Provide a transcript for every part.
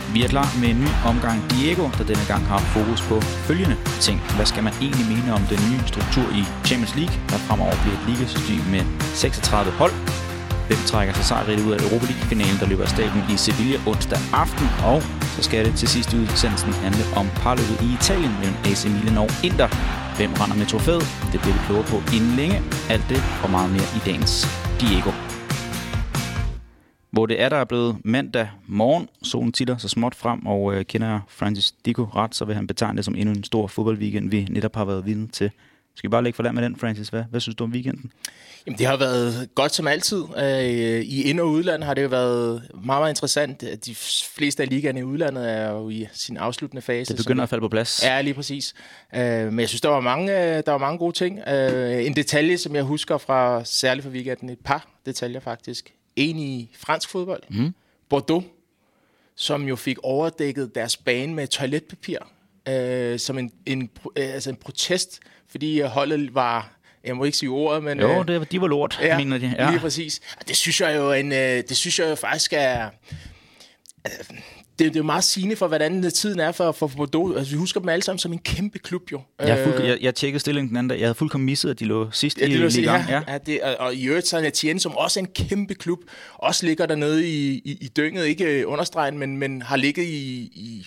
Vi er klar med en ny omgang Diego, der denne gang har fokus på følgende ting. Hvad skal man egentlig mene om den nye struktur i Champions League, der fremover bliver et ligasystem med 36 hold? Hvem trækker sig sejrigt ud af Europa League-finalen, der løber af stablen i Sevilla onsdag aften? Og så skal det til sidst i udsendelsen handle om parløbet i Italien mellem AC Milan og Inter. Hvem render med trofæet? Det bliver vi klogere på inden længe. Alt det og meget mere i dagens Diego. Hvor det er, der er blevet mandag morgen. Solen titter så småt frem, og kender jeg Francis Dico ret, så vil han betegne det som endnu en stor fodboldweekend, vi netop har været vidne til. Skal vi bare lægge for land med den, Francis? Hvad synes du om weekenden? Jamen, det har været godt som altid. I ind- og udland har det jo været meget, meget interessant. De fleste af ligaerne i udlandet er jo i sin afsluttende fase. Det begynder at falde på plads. Ja, lige præcis. Men jeg synes, der var mange gode ting. En detalje, som jeg husker fra særligt fra weekenden, et par detaljer faktisk. En i fransk fodbold, Bordeaux, som jo fik overdækket deres bane med toiletpapir, som en protest, fordi holdet var, jeg må ikke sige ordet, men... Jo, de var lort, mener de. Ja, lige præcis. Det synes jeg jo faktisk er... Det er jo meget sigende for, hvordan tiden er for Bordeaux. Altså, vi husker dem alle sammen som en kæmpe klub, jo. Jeg tjekkede stillingen den anden dag. Jeg havde fuldkommen misset, at de lå sidst i ligaen. Og i øvrigt Saint-Étienne, som også er en kæmpe klub, også ligger dernede i dynget, ikke understregen, men har ligget i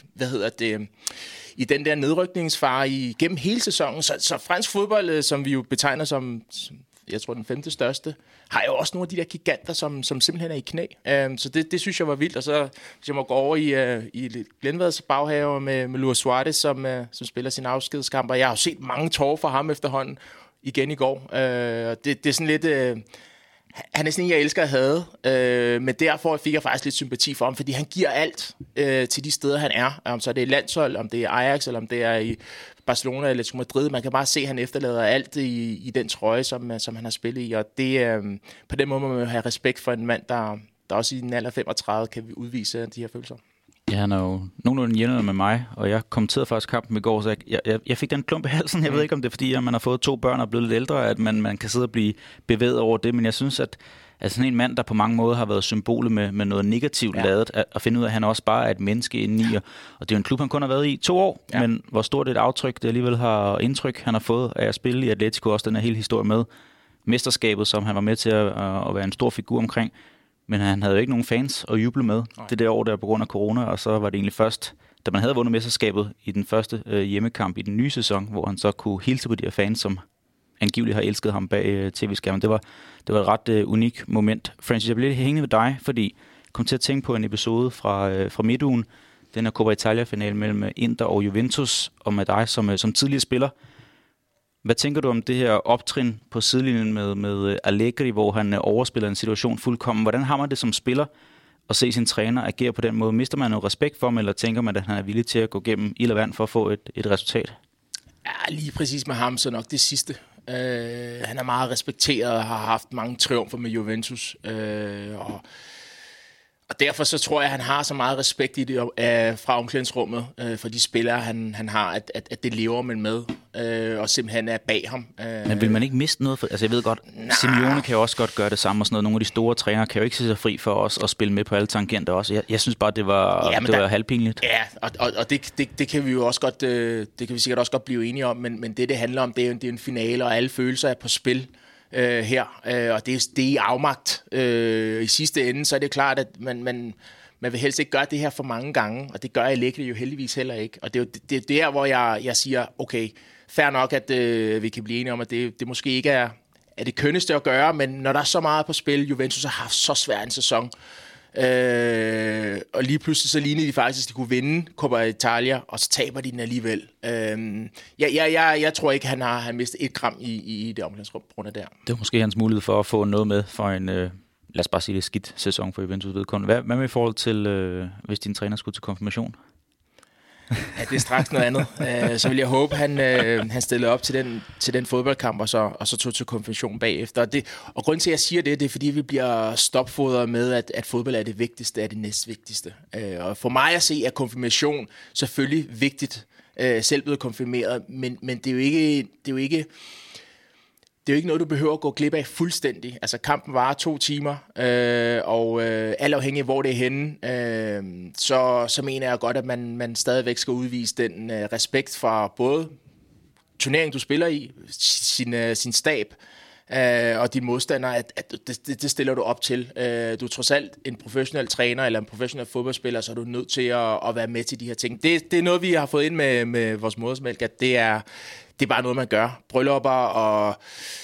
den der nedrykningsfare igennem hele sæsonen. Så fransk fodbold, som vi jo betegner som jeg tror den 5. største, har jo også nogle af de der giganter, som simpelthen er i knæ. Så det synes jeg var vildt. Og så hvis jeg må gå over i Glenvads baghave med Luis Suarez, som spiller sin afskedskamp, og jeg har jo set mange tårer fra ham efterhånden igen i går. Det er sådan lidt... Han er sådan en, jeg elsker at have, men derfor fik jeg faktisk lidt sympati for ham, fordi han giver alt til de steder, han er. Om så er det landshold, om det er Ajax, eller om det er i Barcelona eller Madrid. Man kan bare se, at han efterlader alt i den trøje, som han har spillet i. Og det, på den måde må man have respekt for en mand, der også i den alder 35 kan udvise de her følelser. Ja, han er jo nogenlunde jævnere med mig, og jeg kommenterede faktisk kampen i går, så jeg fik den klump i halsen. Jeg ved ikke, om det er, fordi man har fået 2 børn og er blevet lidt ældre, at man kan sidde og blive bevæget over det, men jeg synes, at sådan en mand, der på mange måder har været symbolet med noget negativt ladet, at finde ud af, at han også bare er et menneske indeni, og det er jo en klub, han kun har været i 2 år, men hvor stort et aftryk det alligevel har indtryk, han har fået af at spille i Atletico, også den her hele historie med mesterskabet, som han var med til at være en stor figur omkring. Men han havde jo ikke nogen fans at juble med det der år der på grund af corona, og så var det egentlig først, da man havde vundet mesterskabet i den første hjemmekamp i den nye sæson, hvor han så kunne hilse på de her fans, som angiveligt har elsket ham bag tv-skærmen. Det var et ret unik moment. Francis, jeg blev lidt hængende ved dig, fordi jeg kom til at tænke på en episode fra midtugen, den her Coppa Italia-finale mellem Inter og Juventus, og med dig som tidligere spiller. Hvad tænker du om det her optrin på sidelinjen med Allegri, hvor han overspiller en situation fuldkommen? Hvordan har man det som spiller at se sin træner agere på den måde? Mister man noget respekt for ham, eller tænker man, at han er villig til at gå gennem ild og vand for at få et resultat? Ja, lige præcis med ham, så nok det sidste. Han er meget respekteret og har haft mange triumfer med Juventus. Og derfor så tror jeg, at han har så meget respekt i det fra omklædningsrummet for de spillere, han har, at det lever man med, og simpelthen er bag ham. Men vil man ikke miste noget? Altså jeg ved godt, Simeone kan jo også godt gøre det samme og sådan noget. Nogle af de store trænere kan jo ikke se sig fri for os at spille med på alle tangenter også. Jeg synes bare, det var halvpinligt. Ja, og det kan vi jo også godt, det kan vi sikkert også godt blive enige om, men det handler om, det er en finale, og alle følelser er på spil. Og det er i afmagt. I sidste ende, så er det klart, at man vil helst ikke gøre det her for mange gange, og det gør Allegri jo heldigvis heller ikke. Og det er jo der, hvor jeg siger, okay, fair nok, at vi kan blive enige om, at det måske ikke er det kønneste at gøre, men når der er så meget på spil, Juventus har haft så svær en sæson, og lige pludselig så lignede de faktisk, at de kunne vinde Coppa Italia, og så taber de den alligevel. Jeg tror ikke, han har mistet et gram i det omklædningsrum på grund af der. Det var måske hans mulighed for at få noget med for en, lad os bare sige det, skidt sæson for Juventus vedkommende. Hvad med i forhold til, hvis din træner skulle til konfirmation? Ja, det er straks noget andet. Så vil jeg håbe, han stillede op til den fodboldkamp, og så tog til konfirmation bagefter. Og grunden til, at jeg siger det er fordi vi bliver stopfodret med, at fodbold er det vigtigste, er det næstvigtigste. Og for mig at se, er konfirmation selvfølgelig vigtigt, selv blevet konfirmeret, men det er jo ikke noget, du behøver at gå glip af fuldstændig. Altså, kampen varer 2 timer, og alt afhængig af, hvor det er henne, så mener jeg godt, at man stadigvæk skal udvise den respekt for både turneringen, du spiller i, sin stab, og dine modstandere, at det stiller du op til. Du er trods alt en professionel træner eller en professionel fodboldspiller, så er du nødt til at være med til de her ting. Det er noget, vi har fået ind med vores modersmælk, at det er bare noget, man gør. Bryllupper og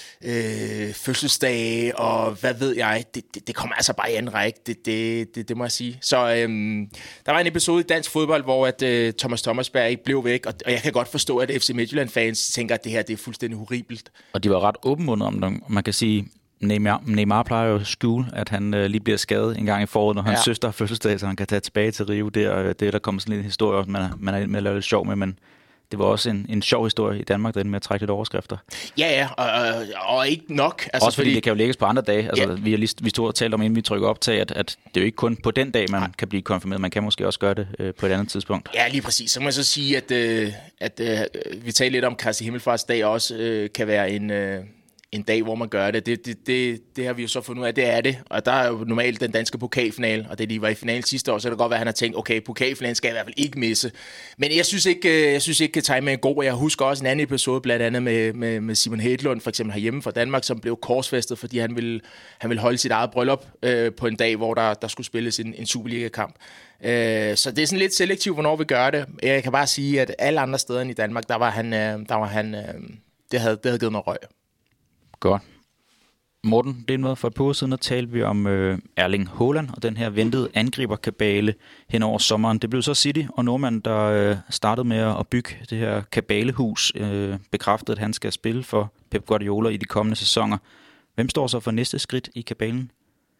fødselsdage og hvad ved jeg, det kommer altså bare i anden række, det må jeg sige. Så der var en episode i dansk fodbold, hvor at Thomas Thomasberg ikke blev væk, og jeg kan godt forstå, at FC Midtjylland-fans tænker, at det her det er fuldstændig horribelt. Og de var ret åbenmundet om det. Man kan sige, Neymar plejer jo at skjule, at han lige bliver skadet en gang i foråret, når hans søster har fødselsdag, så han kan tage tilbage til Rio. Det er der kommer sådan en historie, man er med at lave lidt sjov med, men det var også en sjov historie i Danmark, der endte med at trække lidt overskrifter. Ja, og ikke nok. Altså, også fordi det kan jo lægges på andre dage. Altså, vi stod og talte om, inden vi trykker optag, at det er jo ikke kun på den dag, man kan blive konfirmeret. Man kan måske også gøre det på et andet tidspunkt. Ja, lige præcis. Så må jeg så sige, at vi talte lidt om Kristi Himmelfarts dag også kan være en dag, hvor man gør det. Det har vi jo så fundet ud af, det er det. Og der er jo normalt den danske pokalfinale, og det de var i finalen sidste år, så kan det godt være, at han har tænkt, okay, pokalfinalen skal jeg i hvert fald ikke misse. Men jeg synes ikke, at timingen er god. Jeg husker også en anden episode, blandt andet med Simon Hedlund, for eksempel herhjemme fra Danmark, som blev korsfæstet, fordi han ville holde sit eget bryllup på en dag, hvor der skulle spilles en Superliga-kamp. Så det er sådan lidt selektivt, hvornår vi gør det. Jeg kan bare sige, at alle andre steder end i Danmark, der var han det havde givet noget røg. Godt. Morten, det er noget for et par uger siden, der talte vi om Erling Haaland og den her ventede angriberkabale hen over sommeren. Det blev så City og Nordmand, der startede med at bygge det her kabalehus, bekræftede, at han skal spille for Pep Guardiola i de kommende sæsoner. Hvem står så for næste skridt i kabalen?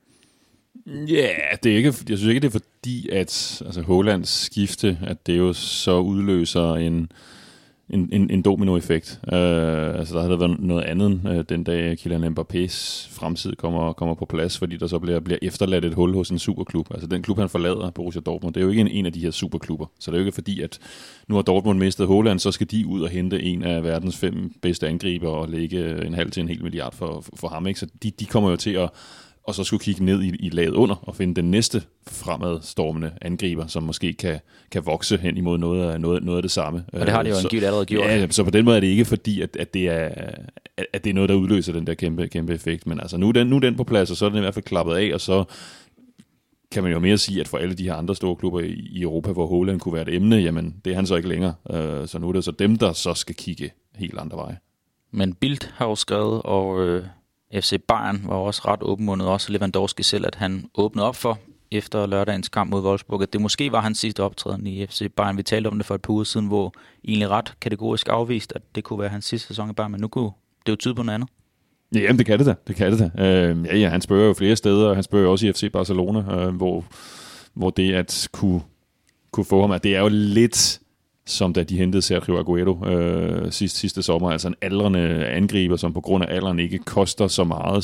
Ja, det er ikke, jeg synes ikke, det er fordi, at Haalands skifte, at det jo så udløser en dominoeffekt. Altså der havde været noget andet den dag Kylian Mbappés fremtid kommer på plads, fordi der så bliver efterladt et hul hos en superklub. Altså den klub, han forlader, Borussia Dortmund, det er jo ikke en af de her superklubber. Så det er jo ikke fordi, at nu har Dortmund mistet Haaland, så skal de ud og hente en af verdens 5 bedste angriber og lægge 0,5 til 1 milliard for ham. Ikke? Så de kommer jo til at og så skulle kigge ned i laget under og finde den næste fremadstormende angriber, som måske kan vokse hen imod noget af det samme. Og det har de jo angiveligt allerede gjort. Ja, så på den måde er det ikke fordi, at det er noget, der udløser den der kæmpe effekt. Men altså, nu er den på plads, og så er den i hvert fald klappet af, og så kan man jo mere sige, at for alle de her andre store klubber i Europa, hvor Haaland kunne være et emne, jamen det er han så ikke længere. Så nu er det så dem, der så skal kigge helt andre veje. Men Bild har jo skrevet, og FC Bayern var også ret åbenmundet, også Lewandowski selv, at han åbnede op for efter lørdagens kamp mod Wolfsburg, at det måske var hans sidste optræden i FC Bayern. Vi talte om det for et par uger siden, hvor egentlig ret kategorisk afvist, at det kunne være hans sidste sæson i Bayern, men nu kunne det jo tyde på noget andet. Jamen, det kan det da. Ja, han spørger jo flere steder, han spørger jo også i FC Barcelona, hvor det at kunne få ham, at det er jo lidt som da de hentede Sergio Aguero sidste sommer, altså en aldrende angriber, som på grund af alderen ikke koster så meget,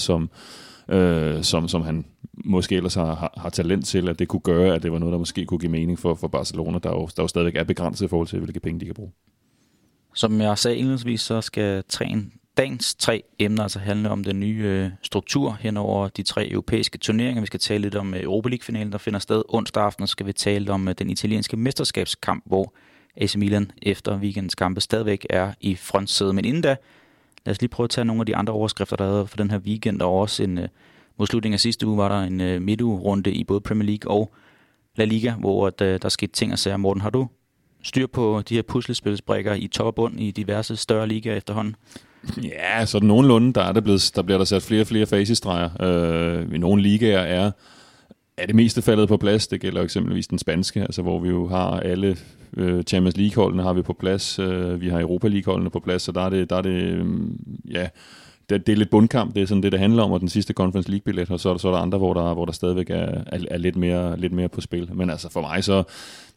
som han måske ellers har talent til, at det kunne gøre, at det var noget, der måske kunne give mening for Barcelona, der jo stadigvæk er begrænset i forhold til, hvilke penge de kan bruge. Som jeg sagde indledningsvis, så skal dagens 3 emner altså handle om den nye struktur hen over de 3 europæiske turneringer. Vi skal tale lidt om Europa League-finalen, der finder sted onsdag aften, og skal vi tale om den italienske mesterskabskamp, hvor AC Milan efter weekendens kampe stadigvæk er i frontsædet. Men inden da, lad os lige prøve at tage nogle af de andre overskrifter, der er for den her weekend, og også mod slutningen af sidste uge var der en midtugerunde i både Premier League og La Liga, hvor der skete ting og sager. Morten, har du styr på de her puslespilsbrikker i top og bund i diverse større ligaer efterhånden? Ja, så nogenlunde, der bliver der sat flere og flere facestreger. I nogle ligaer er det meste faldet på plads. Det gælder eksempelvis den spanske, altså hvor vi jo har alle Champions League-holdene har vi på plads. Vi har Europa League-holdene på plads, så der er det er lidt bundkamp. Det er sådan det handler om, og den sidste Conference League-billet, og så er der andre, hvor der stadigvæk er lidt mere på spil. Men altså for mig så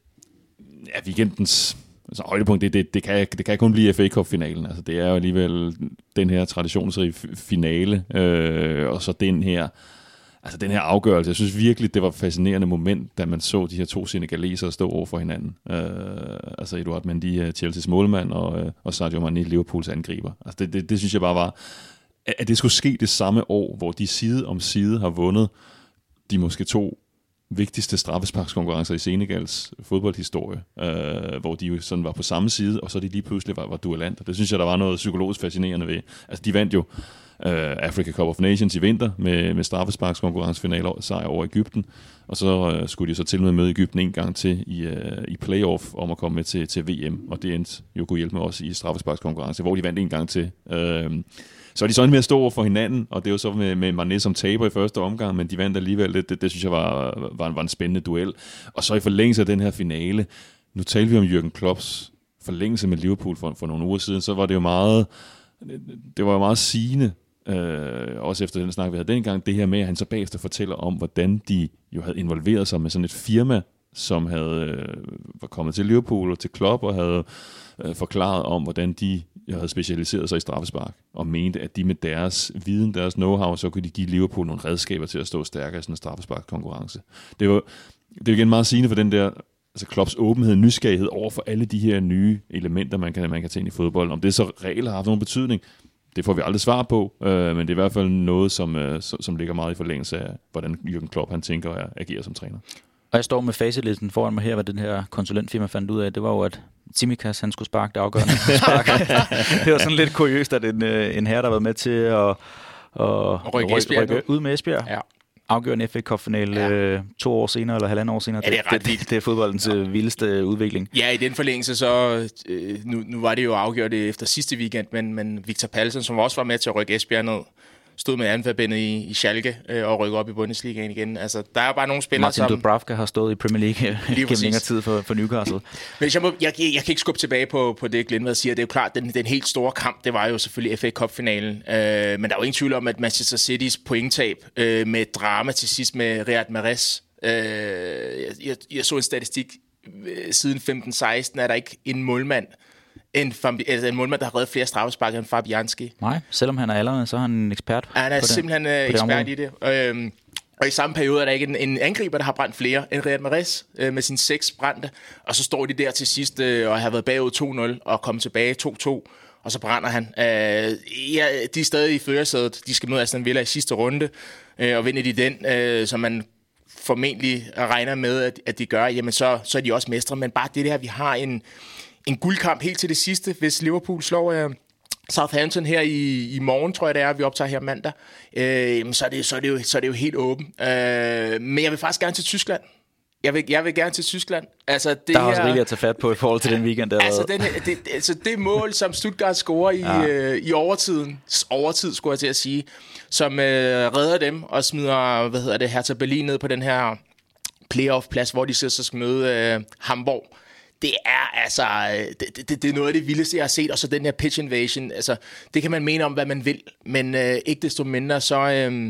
er weekendens højdepunkt, det kan kun blive FA Cup-finalen. Altså det er jo alligevel den her traditionsrige finale, og så den her afgørelse. Jeg synes virkelig, det var et fascinerende moment, da man så de her 2 senegalesere stå over for hinanden. Altså Eduard Mendy, Chelseas målmand, og Sadio Mane, Liverpools angriber. Altså det synes jeg bare var, at det skulle ske det samme år, hvor de side om side har vundet de måske 2 vigtigste straffesparkskonkurrencer i Senegals fodboldhistorie, hvor de jo sådan var på samme side, og så de lige pludselig var duellanter. Det synes jeg, der var noget psykologisk fascinerende ved. Altså, de vandt jo Africa Cup of Nations i vinter med straffesparkskonkurrencefinale sejr over Egypten, og så skulle de så til med møde Egypten en gang til i playoff om at komme med til VM, og det endte jo kunne hjælpe med også i straffesparkskonkurrence, hvor de vandt en gang til. Så er de sådan med at stå over for hinanden, og det er jo så med Mané som taber i første omgang, men de vandt alligevel. Det synes jeg var en spændende duel. Og så i forlængelse af den her finale, nu talte vi om Jürgen Klopps forlængelse med Liverpool for nogle uger siden, så var det jo meget sigende, også efter den snak, vi havde dengang, det her med, at han så bagefter fortæller om, hvordan de jo havde involveret sig med sådan et firma, som var kommet til Liverpool og til Klopp og havde forklaret om, hvordan de havde specialiseret sig i straffespark, og mente, at de med deres viden, deres know-how, så kunne de give Liverpool nogle redskaber til at stå stærkere i sådan en straffesparkkonkurrence. Det er jo igen meget sigende for den der, altså Klopps åbenhed, nysgerrighed over for alle de her nye elementer, man kan tage ind i fodbold. Om det så regler har haft nogen betydning, det får vi aldrig svar på, men det er i hvert fald noget, som ligger meget i forlængelse af, hvordan Jürgen Klopp han tænker og agerer som træner. Og jeg står med facitlisten foran mig her, hvad den her konsulentfirma fandt ud af. Det var jo, at Tsimikas, han skulle sparke det afgørende spark. Det var sådan lidt kuriøst, at en herre, der har været med til at rykke ud med Esbjerg. Ja. Afgør en FA Cup-finale 2 år senere, eller 1,5 år senere. Ja, det er ret vildt. Det er fodboldens vildeste udvikling. Ja, i den forlængelse så, nu var det jo afgjort efter sidste weekend, men Victor Palsen, som også var med til at rykke Esbjerg ned, stod med anførbindet i Schalke og rykke op i Bundesligaen igen. Altså, der er bare nogle spillere, Martin Dubravka har stået i Premier League gennem længere tid for Newcastle. Men jeg kan ikke skubbe tilbage på det, Glindvad siger. Det er jo klart, den helt store kamp, det var jo selvfølgelig FA Cup-finalen. Men der er jo ingen tvivl om, at Manchester Citys pointtab med drama til sidst med Riyad Mahrez. Jeg så en statistik. Siden 15-16 er der ikke en målmand, en målmand, der har reddet flere straffespark end Fabianski. Nej, selvom han er aldrende, så er han en ekspert. Ja, han er simpelthen ekspert i det. Og i samme periode er der ikke en angriber, der har brændt flere end Riyad Mahrez med sine 6 brændte. Og så står de der til sidst og har været bagud 2-0 og kommet tilbage 2-2. Og så brænder han. De er stadig i førersædet. De skal møde Aston Villa i sidste runde. Og vinder de den, som man formentlig regner med, at de gør, jamen så er de også mestre. Men bare det der, vi har en guldkamp helt til det sidste, hvis Liverpool slår Southampton her i morgen, tror jeg det er, vi optager her mandag, så er det jo helt åben. Men jeg vil faktisk gerne til Tyskland. Jeg vil gerne til Tyskland. Altså, det der er også rigeligt at tage fat på i forhold til den weekend. Altså, det mål, som Stuttgart scorer i overtid, skulle jeg til at sige, som redder dem og smider, Hertha Berlin ned på den her playoff-plads, hvor de så skal møde Hamburg. Det er altså det er noget af det vildeste, jeg har set. Og så den her pitch invasion, altså, det kan man mene om, hvad man vil, men ikke desto mindre, så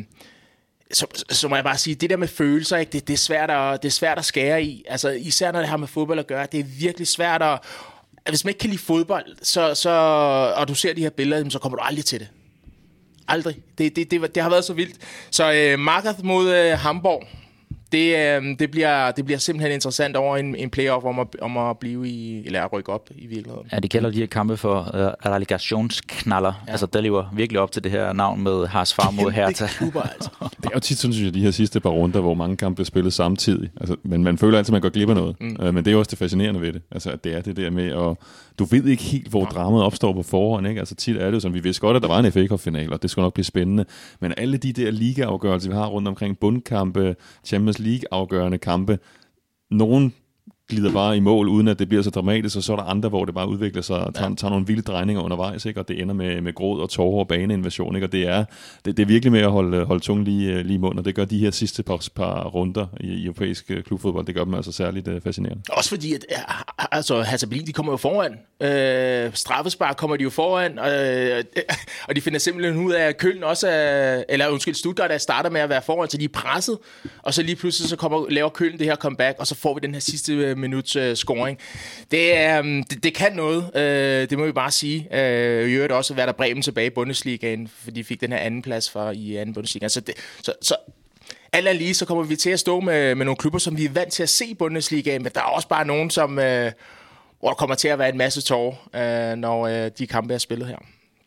må jeg bare sige, det der med følelser, ikke, det er svært at skære i. Altså, især når det har med fodbold at gøre, det er virkelig svært at... Hvis man ikke kan lide fodbold, og du ser de her billeder, så kommer du aldrig til det. Aldrig. Det har været så vildt. Så Magath mod Hamburg, det bliver simpelthen interessant over en playoff om at blive i, eller at rykke op i virkeligheden. Ja, de kalder de her kampe for relegationsknaller. Ja. Altså, der lever virkelig op til det her navn med Haas far mod Hertha. Det er jo tit, synes jeg, de her sidste par runder, hvor mange kampe bliver spillet samtidig. Altså, men man føler altid, at man går glip af noget. Men det er jo også det fascinerende ved det. Altså, at det er det der med, og du ved ikke helt, hvor dramaet opstår på forhånd. Ikke? Altså, tit er det jo sådan, vi vidste godt, at der var en FA Cup-final, og det skulle nok blive spændende. Men alle de der ligaafgørelser, vi har rundt omkring, bundkampe, Champions League-afgørende kampe, nogen glider bare i mål, uden at det bliver så dramatisk, og så er der andre, hvor det bare udvikler sig og tager nogle vilde drejninger undervejs, ikke? Og det ender med gråd og tårer og baneinvasion, ikke? Og det er virkelig med at holde tungen lige i munden, og det gør de her sidste par runder i europæisk klubfodbold, det gør dem altså særligt fascinerende. Også fordi, at Hertha Berlin, de kommer jo foran. Straffespark kommer de jo foran, og de finder simpelthen ud af, at Köln også Stuttgart starter med at være foran, så de er presset, og så lige pludselig så laver Köln det her comeback, og så får vi den her sidste minuts scoring. Det kan noget, det må vi bare sige. I øvrigt også Werder Bremen tilbage i Bundesligaen, fordi de fik den her anden plads i anden Bundesliga. Så alt er lige, så kommer vi til at stå med nogle klubber, som vi er vant til at se i Bundesligaen, men der er også bare nogen, hvor der kommer til at være en masse tårer, når de kampe er spillet her.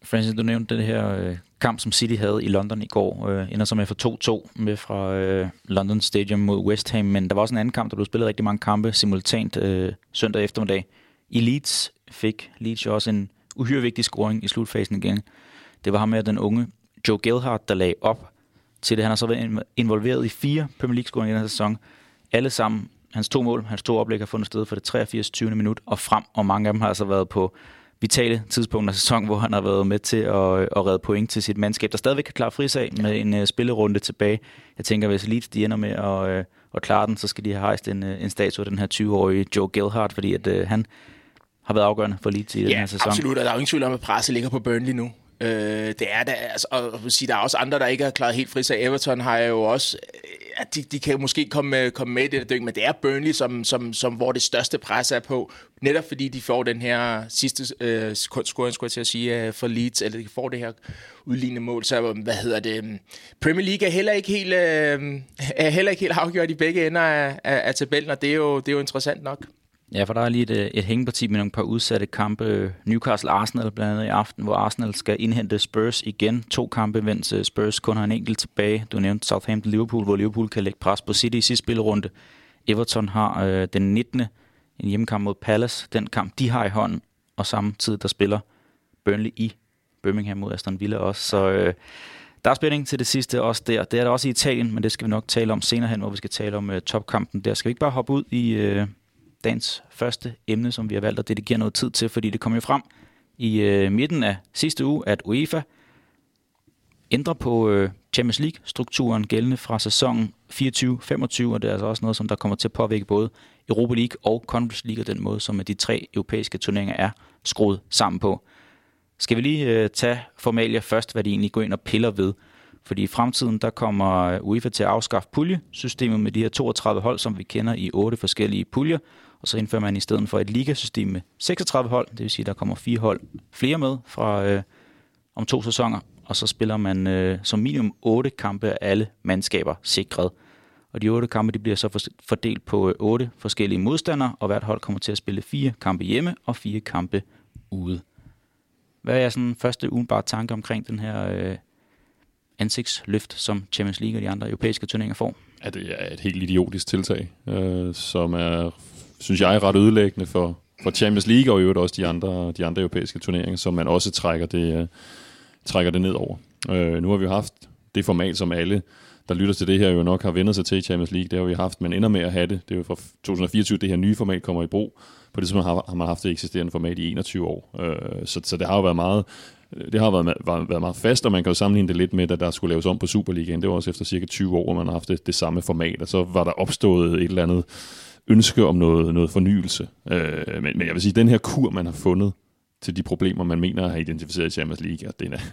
Francis, du nævnte det her kamp, som City havde i London i går. Ender så med for 2-2 med fra London Stadium mod West Ham. Men der var også en anden kamp, der blev spillet rigtig mange kampe simultant søndag eftermiddag. I Leeds fik Leeds også en uhyre vigtig scoring i slutfasen igen. Det var ham med den unge Joe Gelhardt, der lagde op til det. Han har så været involveret i 4 Premier League-scoringer i den her sæson. Alle sammen, hans 2 mål, hans 2 oplæg har fundet sted for det 83. 20. minut og frem. Og mange af dem har altså været på vitale tidspunkter af sæsonen, hvor han har været med til at redde point til sit mandskab, der stadigvæk kan klare frisag med en spillerunde tilbage. Jeg tænker, hvis Leeds de ender med at klare den, så skal de have hejst en statue af den her 20-årige Joe Gelhardt, fordi at han har været afgørende for Leeds i den her sæson. Ja, absolut, og der er jo ingen tvivl om, at presset ligger på Burnley nu. Det er der, altså, og der er også andre, der ikke har klaret helt frisag. Everton har jo også, de kan måske komme med i det dyk, men det er Burnley, som hvor det største pres er på, netop fordi de får den her sidste scoring, skulle jeg til at sige, for Leeds, eller de får det her udlignende mål. Så Premier League er heller ikke helt afgjort i begge ender af tabellen, og det er jo interessant nok. Ja, for der er lige et hængeparti med nogle par udsatte kampe. Newcastle-Arsenal blandt andet i aften, hvor Arsenal skal indhente Spurs igen. 2 kampe, mens Spurs kun har en enkelt tilbage. Du nævnte Southampton-Liverpool, hvor Liverpool kan lægge pres på City i sidste spillerunde. Everton har den 19. en hjemmekamp mod Palace. Den kamp, de har i hånden, og samtidig der spiller Burnley i Birmingham mod Aston Villa også. Så der er spænding til det sidste også der. Det er der også i Italien, men det skal vi nok tale om senere hen, hvor vi skal tale om topkampen der. Skal vi ikke bare hoppe ud i dagens første emne, som vi har valgt at dedikere noget tid til, fordi det kom jo frem i midten af sidste uge, at UEFA ændrer på Champions League-strukturen gældende fra sæsonen 24-25, og det er altså også noget, som der kommer til at påvirke både Europa League og Conference League, og den måde, som de 3 europæiske turneringer er skruet sammen på. Skal vi lige tage formalia først, hvad de egentlig går ind og piller ved? Fordi i fremtiden, der kommer UEFA til at afskaffe puljesystemet med de her 32 hold, som vi kender i 8 forskellige puljer, og så indfører man i stedet for et ligasystem med 36 hold, det vil sige, at der kommer 4 hold flere med fra om 2 sæsoner, og så spiller man som minimum 8 kampe af alle mandskaber sikret. Og de 8 kampe, de bliver så fordelt på 8 forskellige modstandere, og hvert hold kommer til at spille 4 kampe hjemme og 4 kampe ude. Hvad er jeres sådan første umiddelbare tanke omkring den her ansigtsløft, som Champions League og de andre europæiske turneringer får? Ja, det er et helt idiotisk tiltag, som er, synes jeg, ret ødelæggende for Champions League og i øvrigt også de andre europæiske turneringer, som man også trækker det ned over. Nu har vi haft det format, som alle, der lytter til det her, jo nok har vendt sig til i Champions League. Det har vi haft, men ender med at have det. Det er jo fra 2024, det her nye format kommer i brug. På det tidspunkt har man haft det eksisterende format i 21 år. Så det har jo været meget... Det har været meget fast, og man kan jo sammenligne det lidt med, at der skulle laves om på Superligaen. Det var også efter cirka 20 år, hvor man har haft det samme format, og så var der opstået et eller andet ønske om noget fornyelse. Men jeg vil sige, at den her kur, man har fundet til de problemer, man mener at have identificeret i Champions League,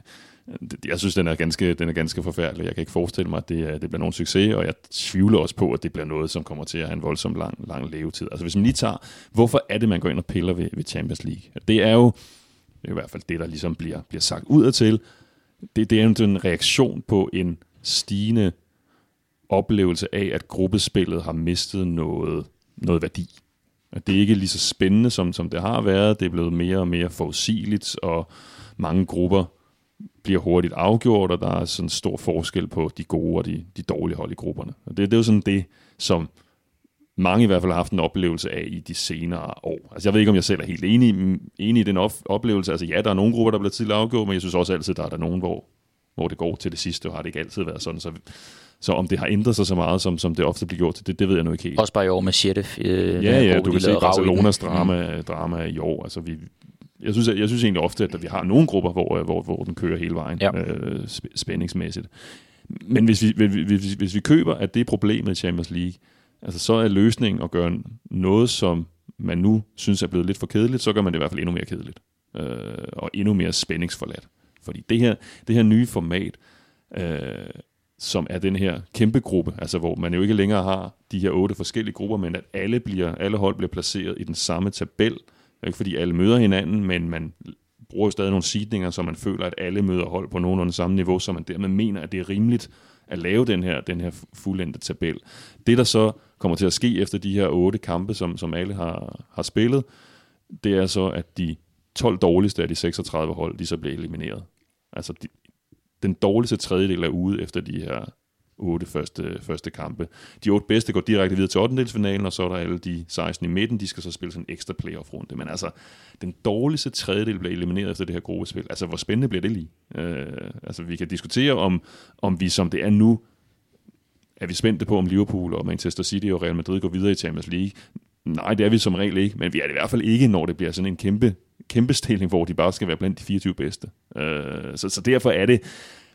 jeg synes, den er ganske forfærdelig. Jeg kan ikke forestille mig, at det bliver nogen succes, og jeg tvivler også på, at det bliver noget, som kommer til at have en voldsom lang levetid. Altså hvis man lige tager, hvorfor er det, man går ind og piller ved Champions League? Det er jo i hvert fald det, der ligesom bliver sagt udadtil. Det er jo en reaktion på en stigende oplevelse af, at gruppespillet har mistet noget værdi. At det ikke er lige så spændende, som det har været. Det er blevet mere og mere forudsigeligt, og mange grupper bliver hurtigt afgjort, og der er sådan stor forskel på de gode og de dårlige hold i grupperne. Og det er jo sådan det, som mange i hvert fald har haft en oplevelse af i de senere år. Altså jeg ved ikke, om jeg selv er helt enig i den oplevelse. Altså ja, der er nogle grupper, der bliver tidligt afgjort, men jeg synes også altid, der er nogen, hvor det går til det sidste, og har det ikke altid været sådan. Så om det har ændret sig så meget, som det ofte bliver gjort til, det ved jeg nu ikke helt. Også bare i år med Sheriff. Ja, du kan se Barcelonas drama i år. Altså jeg synes egentlig ofte, at vi har nogle grupper, hvor den kører hele vejen, spændingsmæssigt. Men hvis vi køber, at det er problemet i Champions League, altså så er løsningen at gøre noget, som man nu synes er blevet lidt for kedeligt, så gør man det i hvert fald endnu mere kedeligt. Og endnu mere spændingsforladt. Fordi det her nye format, som er den her kæmpe gruppe, altså hvor man jo ikke længere har de her 8 forskellige grupper, men at alle hold bliver placeret i den samme tabel. Det er ikke fordi alle møder hinanden, men man bruger jo stadig nogle seedninger, så man føler, at alle møder hold på nogenlunde samme niveau, så man dermed mener, at det er rimeligt at lave den her fuldendte tabel. Det, der så kommer til at ske efter de her 8 kampe, som alle har spillet, det er så, at de 12 dårligste af de 36 hold, de så bliver elimineret. Altså den dårligste tredjedel er ude efter de her 8 første kampe. De 8 bedste går direkte videre til 8. og så er der alle de 16 i midten, de skal så spille sådan en ekstra playoff-runde. Men altså, den dårligste tredjedel bliver elimineret efter det her gruppespil. Altså, hvor spændende bliver det lige? Altså, vi kan diskutere om vi, som det er nu, er vi spændte på, om Liverpool og Manchester City og Real Madrid går videre i Champions League. Nej, det er vi som regel ikke, men vi er det i hvert fald ikke, når det bliver sådan en kæmpe stilling, hvor de bare skal være blandt de 24 bedste. Så derfor er det,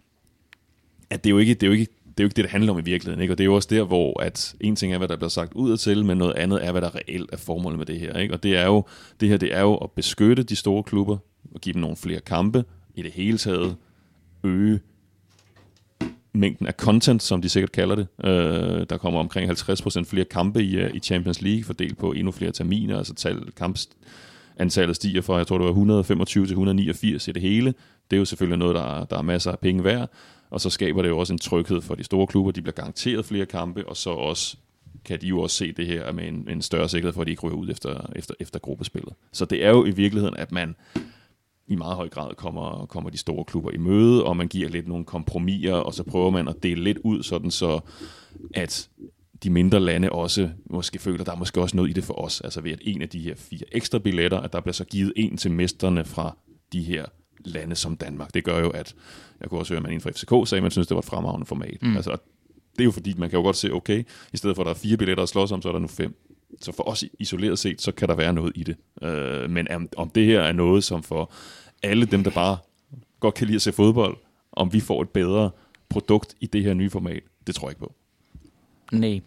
at det er jo ikke det handler om i virkeligheden, ikke? Og det er jo også der, hvor at en ting er, hvad der bliver sagt udadtil, men noget andet er, hvad der reelt er formålet med det her, ikke? Og det er jo at beskytte de store klubber og give dem nogle flere kampe, i det hele taget øge mængden af content, som de sikkert kalder det. Der kommer omkring 50% flere kampe i Champions League, fordelt på endnu flere terminer, altså antallet stiger fra, jeg tror det var 125 til 189 i det hele. Det er jo selvfølgelig noget, der er masser af penge værd, og så skaber det jo også en tryghed for de store klubber. De bliver garanteret flere kampe, og så også kan de jo også se det her med en større sikkerhed for, at de ikke ryger ud efter gruppespillet. Så det er jo i virkeligheden, at man i meget høj grad kommer de store klubber i møde, og man giver lidt nogle kompromiser, og så prøver man at dele lidt ud, sådan så at de mindre lande også måske føler, at der er måske også noget i det for os. Altså ved at en af de her 4 ekstra billetter, at der bliver så givet en til mesterne fra de her lande som Danmark. Det gør jo, at jeg kunne også høre, at man inden for FCK sagde, at man synes, det var et fremragende format. Altså, det er jo fordi, man kan jo godt se, okay, i stedet for at der er 4 billetter at slås om, så er der nu 5. Så for os isoleret set, så kan der være noget i det. Men om det her er noget, som for alle dem, der bare godt kan lide at se fodbold, om vi får et bedre produkt i det her nye format, det tror jeg ikke på. Nej.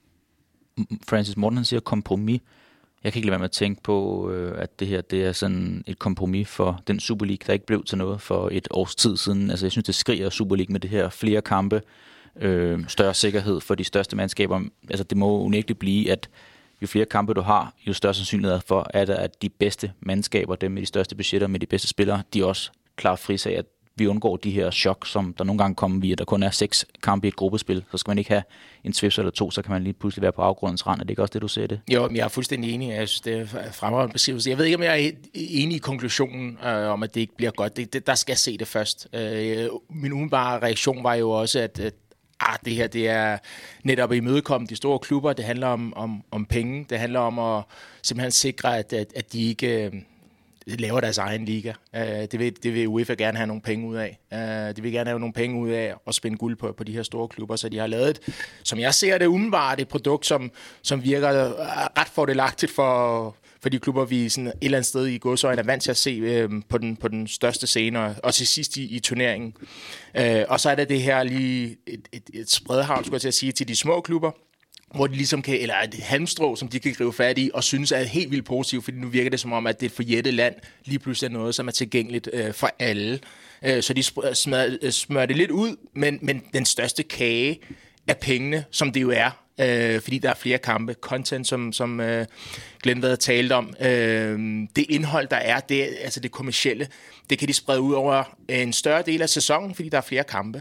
Francis Morten siger kompromis. Jeg kan ikke lade være med at tænke på, at det her det er sådan et kompromis for den Super League, der ikke blev til noget for et års tid siden. Altså jeg synes, det skriger Super League med det her flere kampe, større sikkerhed for de største mandskaber. Altså det må unægteligt blive, at jo flere kampe du har, jo større sandsynlighed for, at de bedste mandskaber, dem med de største budgetter, med de bedste spillere, de også klart frisag, at vi undgår de her chok, som der nogle gange kommer via, der kun er 6 kampe i et gruppespil. Så skal man ikke have en svips eller 2, så kan man lige pludselig være på afgrundens rand. Er det ikke også det, du ser det? Jo, men jeg er fuldstændig enig. Jeg synes, det er fremragende beskrivelse. Jeg ved ikke, om jeg er enig i konklusionen om, at det ikke bliver godt. Der skal jeg se det først. Min umiddelbare reaktion var jo også, at det her det er netop at imødekomme de store klubber. Det handler om penge. Det handler om at simpelthen sikre, at de ikke laver deres egen liga. Det vil UEFA gerne have nogle penge ud af. De vil gerne have nogle penge ud af at spænde guld på de her store klubber, så de har lavet som jeg ser det umiddelbart, et produkt, som virker ret fordelagtigt for de klubber, vi sådan et eller andet sted i godsøjne er vant til at se på den største scene, og til sidst i turneringen. Og så er det her lige et spredhavn, skulle jeg til at sige, til de små klubber, hvor de ligesom kan, eller et halmstrå, som de kan gribe fat i, og synes er helt vildt positivt, fordi nu virker det som om, at det forjættede land lige pludselig er noget, som er tilgængeligt for alle. Så de smører det lidt ud, men den største kage af pengene, som det jo er, fordi der er flere kampe, content, som Glenn Vad talte om, det indhold, der er, altså det kommercielle, det kan de sprede ud over en større del af sæsonen, fordi der er flere kampe.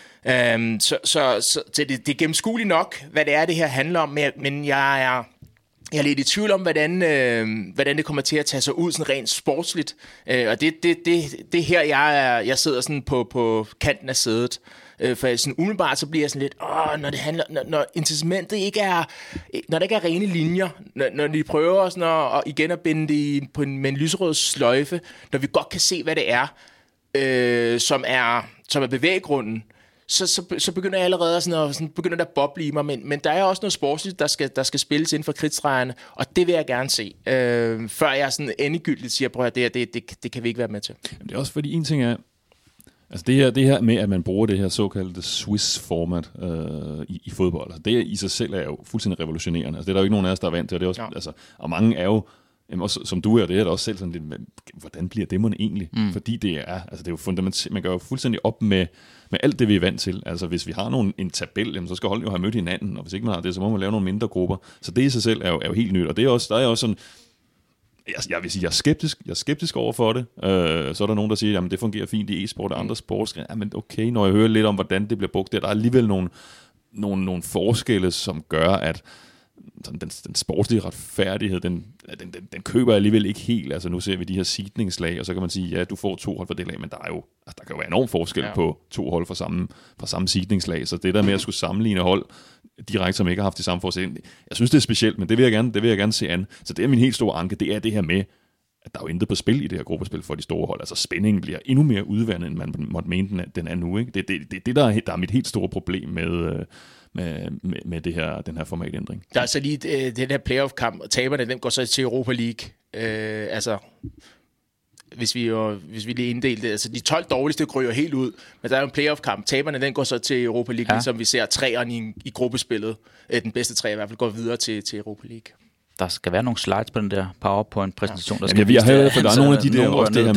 Så det er gennemskueligt nok, hvad det her handler om, men jeg er lidt i tvivl om, hvordan det kommer til at tage sig ud sådan rent sportsligt. Og det her, jeg sidder sådan på kanten af sædet. For sådan umiddelbart så bliver jeg sådan lidt, når incitamentet ikke er, når der ikke er rene linjer, når de prøver sådan at igen at binde det med en lyserød sløjfe, når vi godt kan se, hvad det er, som er bevæggrunden, så begynder jeg allerede sådan begynder der at boble i mig, men der er også noget sportsligt, der skal spilles inden for kridtstregerne, og det vil jeg gerne se, før jeg sådan endegyldigt siger, prøv at det kan vi ikke være med til. Jamen, det er også fordi en ting er, altså det her med, at man bruger det her såkaldte Swiss-format i fodbold, altså det i sig selv er jo fuldstændig revolutionerende. Altså det er der jo ikke nogen af os, der er vant til, og det er også, altså, og mange er jo, også, som du er, det er da også selv sådan lidt, hvordan bliver det mon egentlig? Fordi det er jo fundamentalt, man gør jo fuldstændig op med alt det, vi er vant til. Altså hvis vi har en tabel, jamen, så skal holdene jo have mødt hinanden, og hvis ikke man har det, så må man lave nogle mindre grupper. Så det i sig selv er jo helt nyt, og det er også, der er også sådan, jeg vil sige, jeg er skeptisk over for det. Så er der nogen, der siger, jamen det fungerer fint i e-sport og andre sportsgrene. Ja, men okay, når jeg hører lidt om, hvordan det bliver brugt, der er alligevel nogle forskelle, som gør, at den sportslige retfærdighed, den køber jeg alligevel ikke helt. Altså nu ser vi de her seedningslag, og så kan man sige, ja, du får 2 hold for det lag, men der kan jo være enorm forskel på 2 hold fra samme seedningslag. Så det der med at skulle sammenligne hold direkte, som ikke har haft de samme forudsætninger, jeg synes, det er specielt, men det vil jeg gerne se an. Så det er min helt store anke, det er det her med, at der er jo intet på spil i det her gruppespil for de store hold. Altså spændingen bliver endnu mere udvandet, end man måtte mene, den er nu. Ikke? Det der er mit helt store problem med den her formatændring. Der er altså lige den her playoff-kamp, og taberne, den går så til Europa League. Hvis vi lige inddelte det. Altså de 12 dårligste ryger helt ud, men der er jo en playoff-kamp. Taberne, den går så til Europa League, ligesom vi ser træerne i gruppespillet. Den bedste tre i hvert fald går videre til Europa League. Der skal være nogle slides på den der PowerPoint-præsentation. Der skal der er nogle af de der også det her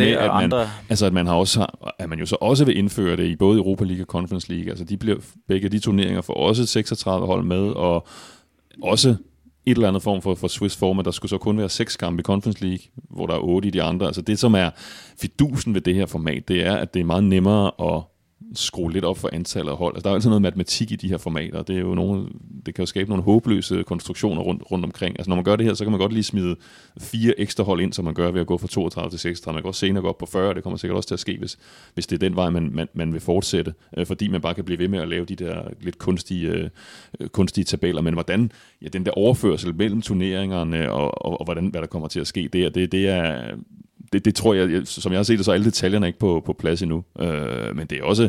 med, at man jo så også vil indføre det i både Europa League og Conference League. Altså begge de turneringer får også 36 hold med, og også et eller andet form for Swiss format. Der skulle så kun være 6 kampe i Conference League, hvor der er 8 i de andre. Altså det, som er fidusen ved det her format, det er, at det er meget nemmere at skrue lidt op for antallet af hold. Altså, der er altid noget matematik i de her formater. Det kan jo skabe nogle håbløse konstruktioner rundt omkring. Altså, når man gør det her, så kan man godt lige smide 4 ekstra hold ind, som man gør ved at gå fra 32 til 36. Man kan også senere gå op på 40, det kommer sikkert også til at ske, hvis det er den vej, man vil fortsætte. Fordi man bare kan blive ved med at lave de der lidt kunstige tabeller. Men hvordan den der overførsel mellem turneringerne og hvad der kommer til at ske, det er... Det tror jeg, som jeg har set det, så er alle detaljerne ikke på plads endnu. Men det er også,